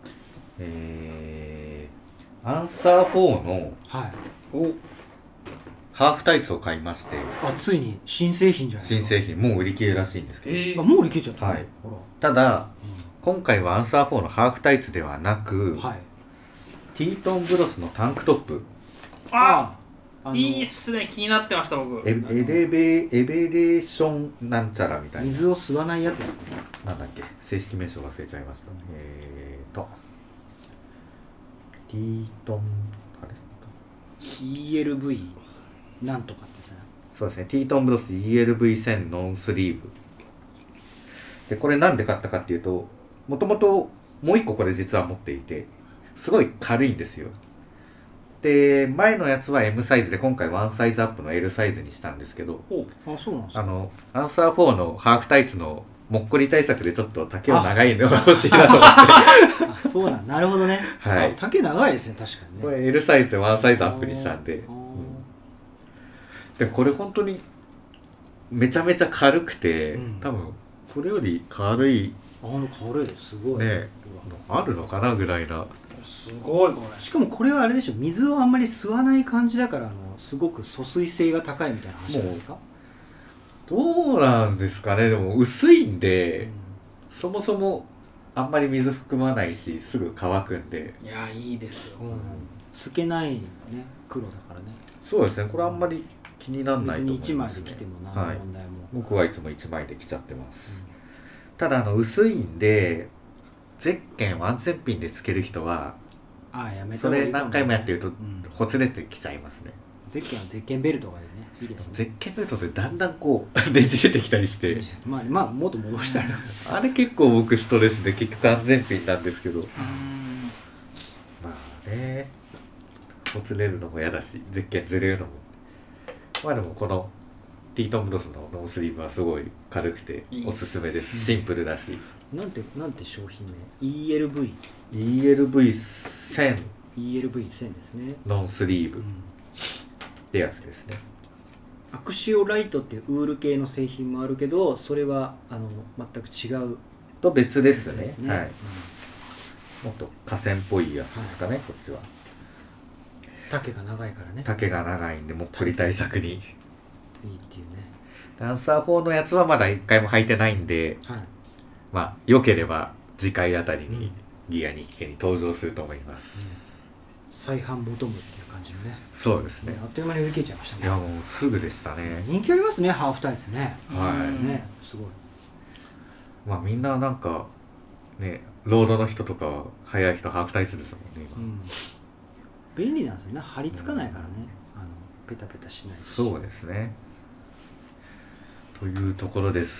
えー、アンサーフォーのはい。 おハーフタイツを買いまして、 あ、ついに新製品じゃないですか。 新製品もう売り切れらしいんですけど、 えーあ、もう売り切れちゃった。 はいほら。 ただう今回はアンサーフォーのハーフタイツではなく、 ん、はい。 ティートンブロスのタンクトップ、 ああのいいっすね、気になってました僕。 エエレベエベレーションなんちゃらみたいな、 水を吸わないやつですね。 なんだっけ、正式名称忘れちゃいました、えーとティートンあれイーエルブイ なんとかってさ。 そうですね、ティートンブロス イーエルブイせん ノンスリーブで、これなんで買ったかっていうと、もともともう一個これ実は持っていて、すごい軽いんですよ。で、前のやつは エム サイズで、今回ワンサイズアップの エル サイズにしたんですけど、 あ、そうなんですか。 あのアンサーフォーのハーフタイツのもっこり対策でちょっと丈を長いのが欲しいなと思ってあ、そうなん、なるほどね。 はいあ、丈長いですね、確かにね。 これ エル サイズでワンサイズアップにしたんで、 あーうんでもこれ本当にめちゃめちゃ軽くて、 うん多分これより軽いあの軽い、すごいねあるのかなぐらいな。 すごいこれ。 しかもこれはあれでしょ、水をあんまり吸わない感じだから、あのすごく疎水性が高いみたいな話じゃないですか。 どうなんですかね。でも薄いんうで、 んそもそもあんまり水含まないしすぐ乾くんで、 いやいいですよ。 うん、透けないね、黒だからね。 そうですね、これあんまり気にならないと思います、ね、 別にいちまいで着ても何の問題も、 僕はいつもいちまいで着ちゃってます、ただあの薄いんでゼッケンを安全ピンでつける人はうん、ああ、やめたそ方がいいかもれ何回もやってるとうんほつれてきちゃいますね。 ゼッケンはゼッケンベルトがいいね、いいですね。 ゼッケンベルトでだんだんこうねじれてきたりしてまあまあもっと戻したいなあれ結構僕ストレスで結局安全ピンなんですけど、 うーんまあねほつれるのも嫌だしゼッケンずれるのも、まあでもこのティートンブロスのノースリーブはすごい軽くておすすめです。シンプルだし、 なんて、なんて商品名 イーエルブイイーエルブイせんイーエルブイせん ですね、 ノンスリーブっうん、 てやつですね。 アクシオライトっていうウール系の製品もあるけど、それはあの全く違うと別でやすね。 つですね、 はい。もっと河川っぽいやつですかね、こっちは。 うん、丈が長いからね、 丈が長いんでもっこり対策に。 いいっていうね。 ダンサーフォーのやつはまだ一回も履いてないんで、 はい、 まあ良ければ次回あたりにギアに聞けに登場すると思います。 再販求むっていう感じのね、 そうですねね、あっという間に売り切れちゃいましたね。 いやもうすぐでしたね。 人気ありますね、ハーフタイツね。 はい。 ね、すごい。 まあみんななんかね、ロードの人とかは早い人ハーフタイツですもんね今。 うん、便利なんですよね、張り付かないからね、あのペタペタしないし。 そうですね。というところです。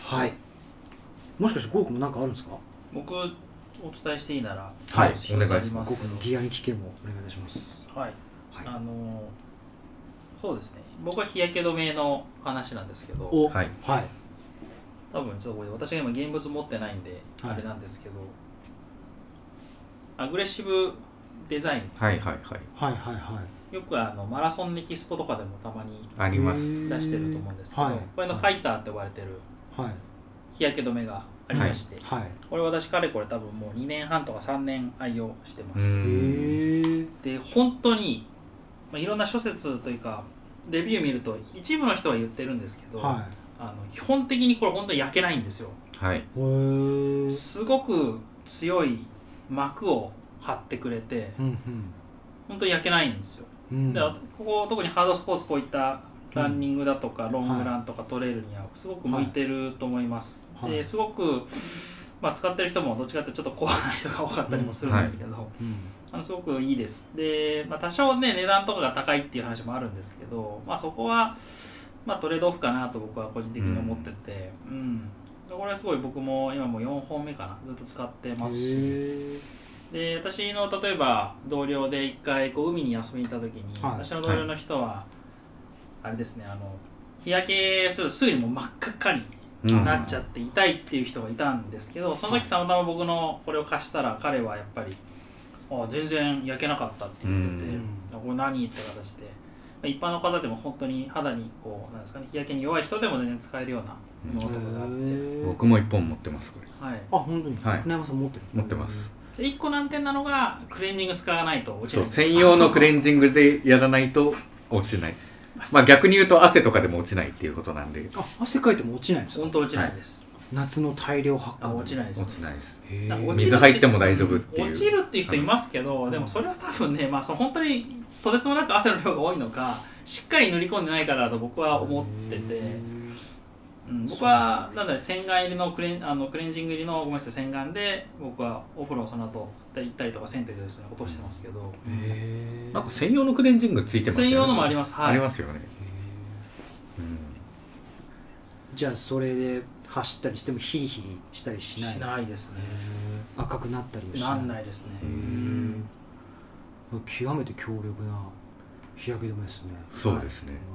はい。もしかしてゴーくんも何かあるんですか？ 僕お伝えしていいなら、 はい一つありお願いしゴーくんのギアに聞けもお願いいたします。 はい。 はい。 あのそうですね。僕は日焼け止めの話なんですけど、 お、 はいはい。 多分ちょっとこれ私が今現物持ってないんで、 はいあれなんですけど、アグレッシブデザイン、 はいはいはい。 はいはいはよくあのマラソンネキスポとかでもたまにあります。 い。 出してると思うんですけど、 はいこれのファイターって呼ばれてるはい日焼け止めがありまして、 はい。 これ私かれこれ多分もうにねんはんとかさんねん愛用してまうす。 へえ。 で本当に、まあ、いろんな諸説というかレビュー見ると一部の人は言ってるんですけど、 はあの基本的にこれ本当に焼けないんですよ。 はい。 い。へえ。 すごく強い膜を張ってくれてうん本当に焼けないんですよ。 うん。うん。 でここ特にハードスポーツこういったランニングだとか、ロングランとかトレイルにはすごく向いてると思います。 はいですごく、まあ、使ってる人もどっちかっていうとちょっと怖い人が多かったりもするんですけど、 うん。 あのすごくいいです。で、まあ、多少ね値段とかが高いっていう話もあるんですけど、まあ、そこは、まあ、トレードオフかなと僕は個人的に思ってて、うんこれはすごい僕も今もうよんほんめかなずっと使ってますし、 へで私の例えば同僚で一回こう海に遊びに行った時に、 はい私の同僚の人は、あれですね、あの日焼けするとすぐにもう真っ赤っかにうんなっちゃって痛いっていう人がいたんですけど、その時たまたま僕のこれを貸したら彼はやっぱりあ全然焼けなかったって言ってて、 うんこれ何って形で一般の方でも本当に肌にこうなんですかね日焼けに弱い人でも全然使えるようなものとかがあって、 へ僕もいっぽん持ってますこれ。 はい、 あ本当にはい船山さん持ってる持ってます。 でいっこ難点なのがクレンジング使わないと落ちそうるんです。 専用のクレンジングでやらないと落ちない。まあ逆に言うと汗とかでも落ちないっていうことなんで。 あ汗かいても落ちないんですか本当落ちないです、 夏の大量発火あ落ちないです落ちないです。 へーなんか落ちる水入っても大丈夫っていう。 落ちるっていう人いますけど、でもそれは多分ね、まあ、その本当にとてつもなく汗の量が多いのかしっかり塗り込んでないからだと僕は思ってて、うん、僕はなんだろう洗顔入りのクレンあのクレンジング入りのごめんなさい洗顔で僕はお風呂をその後行ったりとか銭湯でですね落としてますけど、 へーなんか専用のクレンジングついてますよね。 専用のもありますはいありますよね。 じゃあそれで走ったりしてもヒリヒリしたりしないしないですね。 へー赤くなったりはしないなんないですね。 へー極めて強力な日焼け止めですね。 そうですね。 へ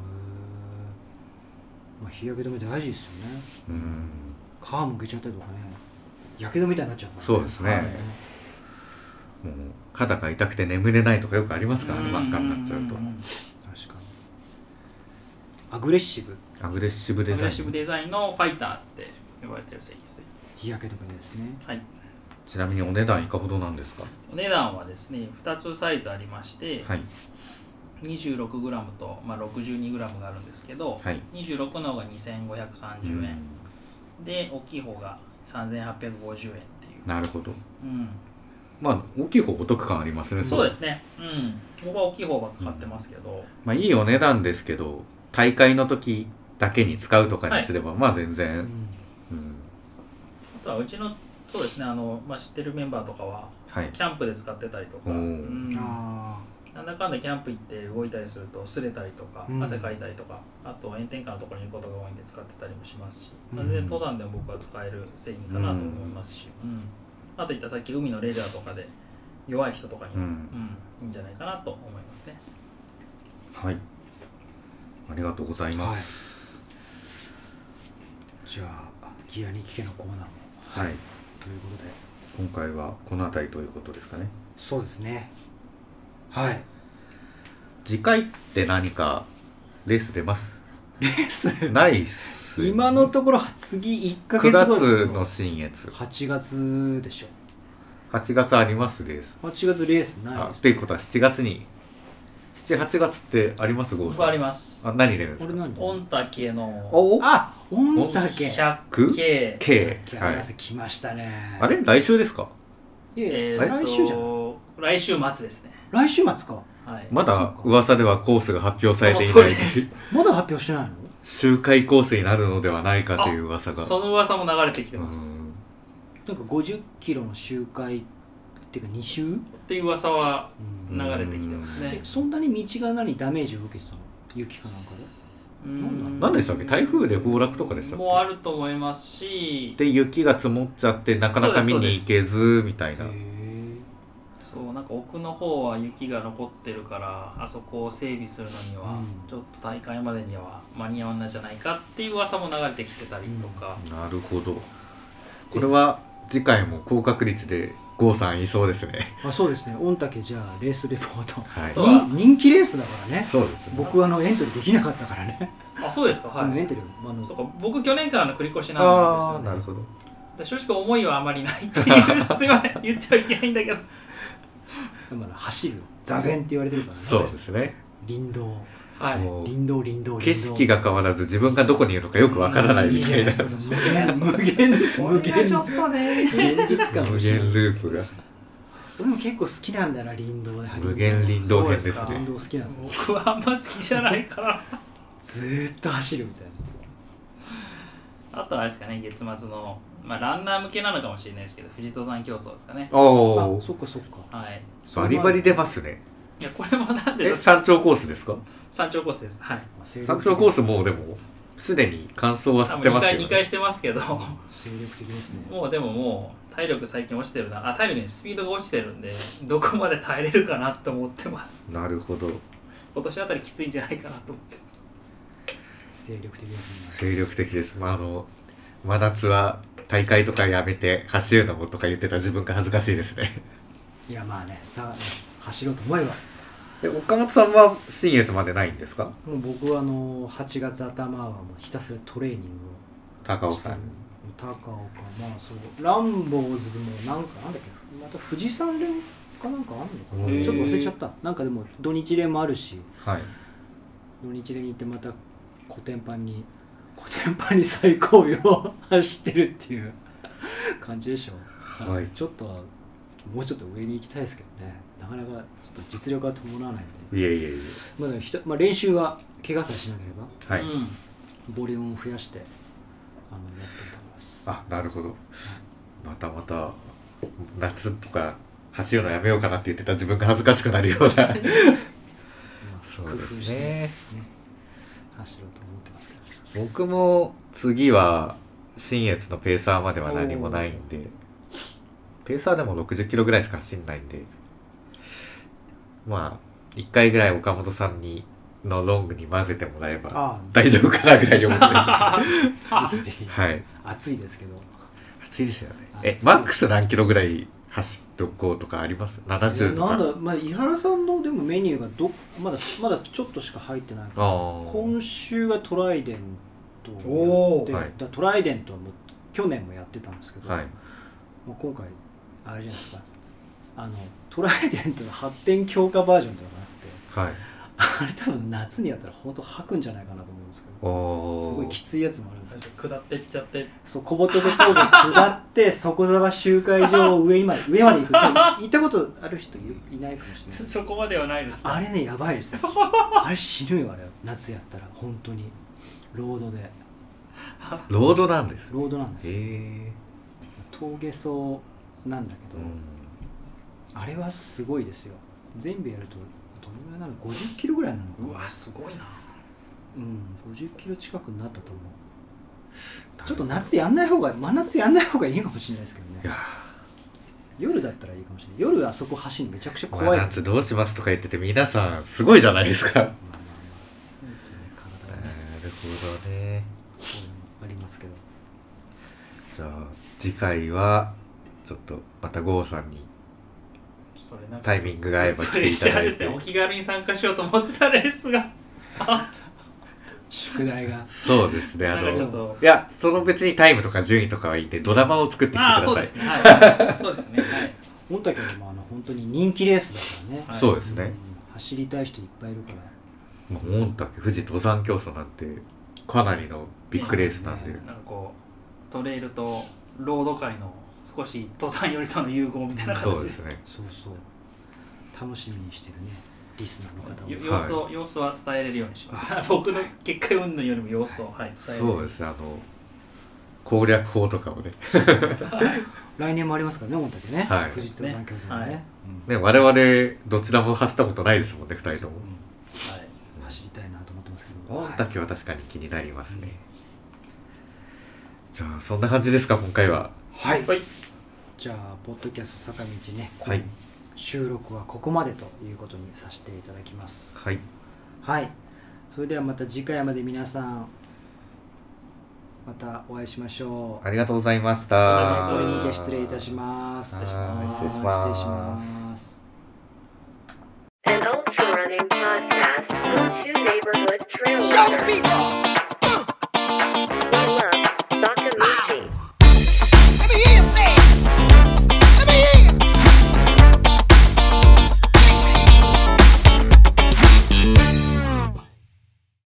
ーまあ、日焼け止め大事ですよね。 うん。 皮むけちゃったりとかねやけどみたいになっちゃうから、 そうですねはいもう肩が痛くて眠れないとかよくありますからね、真っ赤になっちゃうと。 確かにアグレッシブアグレッシブデアグレザイン。 ッシブデザインのファイターって呼ばれてる製品ですね。 日焼け止めですね。 はい。 ちなみにお値段いかほどなんですか？ お値段はですねふたつサイズありまして、 はい。 にじゅうろくグラム と、まあ、ろくじゅうにグラム があるんですけど、 はい。 にじゅうろくの方がにせんごひゃくさんじゅうえん、で大きい方がさんぜんはっぴゃくごじゅうえんっていう、 なるほど。 うん、 まあ大きい方お得感ありますね。 そうですね、うん、僕は大きい方ばっか買ってますけど、 まあいいお値段ですけど、大会の時だけに使うとかにすれば、まあ全然、 うんうん、 あとはうちのそうですねあの、まあ、知ってるメンバーとかははい。 キャンプで使ってたりとか、 おーうんあなんだかんだキャンプ行って動いたりすると擦れたりとか、 うん汗かいたりとかあと炎天下のところにいることが多いんで使ってたりもしますし、 うん全然登山でも僕は使える製品かなと思いますし、うんあといったさっき海のレジャーとかで弱い人とかにも、 ううんんいいんじゃないかなと思いますね。 はい。ありがとうございーはいます。 じゃあギアに聞けのコーナーもはい。 ということで今回はこの辺りということですかね。 そうですねはい次回って何かレース出ます？ レースないっすよね。 今のところ次いっかげ 9 つごですよ月の新越。 はちがつでしょはちがつありますレース。 はちがつレースないあ、 ですっていうことはしちがつに。しち、はちがつってありますゴーさん。 僕あります。 あ、何出るんですか？ これ何御嶽のおあ御嶽ひゃくくケー K。 キャはい。 ラせ来ましたねあれ来週ですか？ いやいやえー再来週じゃないと来週末ですね。 来週末かはい。 まだそうか噂ではコースが発表されていそないの通りですまだ発表してないの周回コースになるのではないかという噂が。 その噂も流れてきてうます。 んなんかごじゅっキロの周回っていうかに周っていう噂はうん流れてきてますねえ。そんなに道が何ダメージを受けてたの雪かなんかでうん何でしたっけ？台風で崩落とかでしたっけ？ もあると思いますし、 で雪が積もっちゃってなかなか見に行けずみたいな。 へそうなんか奥の方は雪が残ってるからあそこを整備するのにはうんちょっと大会までには間に合わないんじゃないかっていう噂も流れてきてたりとか、 なるほど。これは次回も高確率で郷さん言いそうですね。 あそうですね御嶽じゃあレースレポートはいとは人人気レースだからねそうですね。 僕はあのエントリーできなかったからねあそうですかはい。 エントリーあのそうか僕去年からの繰り越しなんですあよね。 あなるほど。 で正直思いはあまりないっていうすいません言っちゃいけないんだけど。 だから走る座禅って言われてるからねそうですね。 林道はい。 もう林道林道景林道色が変わらず自分がどこにいるのかよくわからないみたいないいじゃないですか無限無限無限ちょっとね。 現実感無限ループが俺も結構好きなんだな林道で無限林道編ですそうね林道好きなんですよ僕はあんま好きじゃないから。 ずーっと走るみたいなあとはあれですかね月末のまあランナー向けなのかもしれないですけど富士登山競争ですかね。 おおあそっかそっかはい。 バリバリ出ますね。 いやこれもなんでえ山頂コースですか？ 山頂コースです。はい。 山頂コースもうでもすでに完走は多分2 してますよ回、2回ね。 してますけど精力的ですねもうでももう体力最近落ちてるなあ体力にスピードが落ちてるんでどこまで耐えれるかなと思ってます。 なるほど。 今年あたりきついんじゃないかなと思ってます。 精力的ですね精力的です。まああの真夏は大会とかやめて走るのもとか言ってた自分が恥ずかしいですね。 いやまあねさ走ろうと思えばえ岡本さんは新越までないんですか？ もう僕はあのはちがつ頭はもうひたすらトレーニング高尾さんをしてる高岡まあそうランボーズもなんかなんだっけまた富士山連かなんかあんのかへーなちょっと忘れちゃったなんかでも土日連もあるしはい土日連に行ってまたコテンパンにコテンパンに最後尾を走ってるっていう感じでしょ。 はいちょっとはもうちょっと上に行きたいですけどねなかなかちょっと実力が伴わないんでいえいえいまあでもひとまあ、練習は怪我さえしなければえはい、 うんボリュームを増やしてあのやってると思いますあなるほどまたまた夏とか走るのやめようかなって言ってた自分が恥ずかしくなるようなまあそうですね工夫してね走ろうと思ってますけど僕も次は新越のペーサーまでは何もないんでペーサーでもろくじゅっキロぐらいしか走んないんでまあいっかいぐらい岡本さんにのロングに混ぜてもらえばああ大丈夫かなぐらいに思ってますぜひぜひ、 はい暑いですけど暑いですよね暑いえマックス何キロぐらい走っとこうとかあります？ななじゅうとかなんだ、まあ、井原さんのでもメニューがどまだまだちょっとしか入ってないからあー今週はトライデントをおーやって、 はいだトライデントはもう去年もやってたんですけど、 はいもう今回あれじゃないですかあのトライデントの発展強化バージョンとかがあってはいあれ多分夏にやったら本当吐くんじゃないかなと思うんですけどおすごいーきついやつもあるんですよ下ってっちゃってそう小仏峠下って底沢集会場を上にまで上まで行く多分行ったことある人いいないかもしれないそこまではないですあれねやばいですよあれ死ぬよあれ夏やったら本当にロードでロードなんですロードなんですよへえ峠走なんだけど、 うんあれはすごいですよ全部やるとどのぐらいなのごじゅっキロぐらいなのかうなわすごいなうんごじゅっキロ近くになったと思うちょっと夏やんない方が真夏やんない方がいいかもしれないですけどねいや夜だったらいいかもしれない夜あそこ走るのめちゃくちゃー怖い真夏どうしますとか言ってて皆さんすごいじゃないですかなるまあまあまあ本当にね体がねほどねそういうのありますけどじゃあ次回はちょっとまた郷さんにそれなんかタイミングが合えば来てプレッいただいシャーですねてお気軽に参加しようと思ってたレースが宿題がそうですねあなんのかちょっといやその別にタイムとか順位とかはいいんでドラマを作ってきてくああださいそうですねはいそうですねはい本竹でもあの本当に人気レースだからね、 はいそうですねうん走りたい人いっぱいいるからもう御嶽富士登山競争なんてかなりのビッグレースなんで、 ねなんかこうトレイルとロード界の少し登山寄りとの融合みたいな形でそうですねそうそう楽しみにしてるねリスナーの方もよ様子を、様子は伝えれるようにします僕の結果云々よりも様子を、はい、伝えるそうですねあの攻略法とかもね来年もありますからね本竹ね、 はい富士登山競争もねねうんね我々どちらも走ったことないですもんねふたりともうんはい走りたいなと思ってますけど御嶽は確かに気になりますね、じゃあそんな感じですか今回ははい、 はいじゃあポッドキャスト坂道ね、 はい収録はここまでということにさせていただきますはいはいそれではまた次回まで皆さんまたお会いしましょうありがとうございましたあこれにて失礼いたしますはい失礼します失礼します An ultra running podcast, Blue Chew Neighborhood Trail Show Runner. me wrong.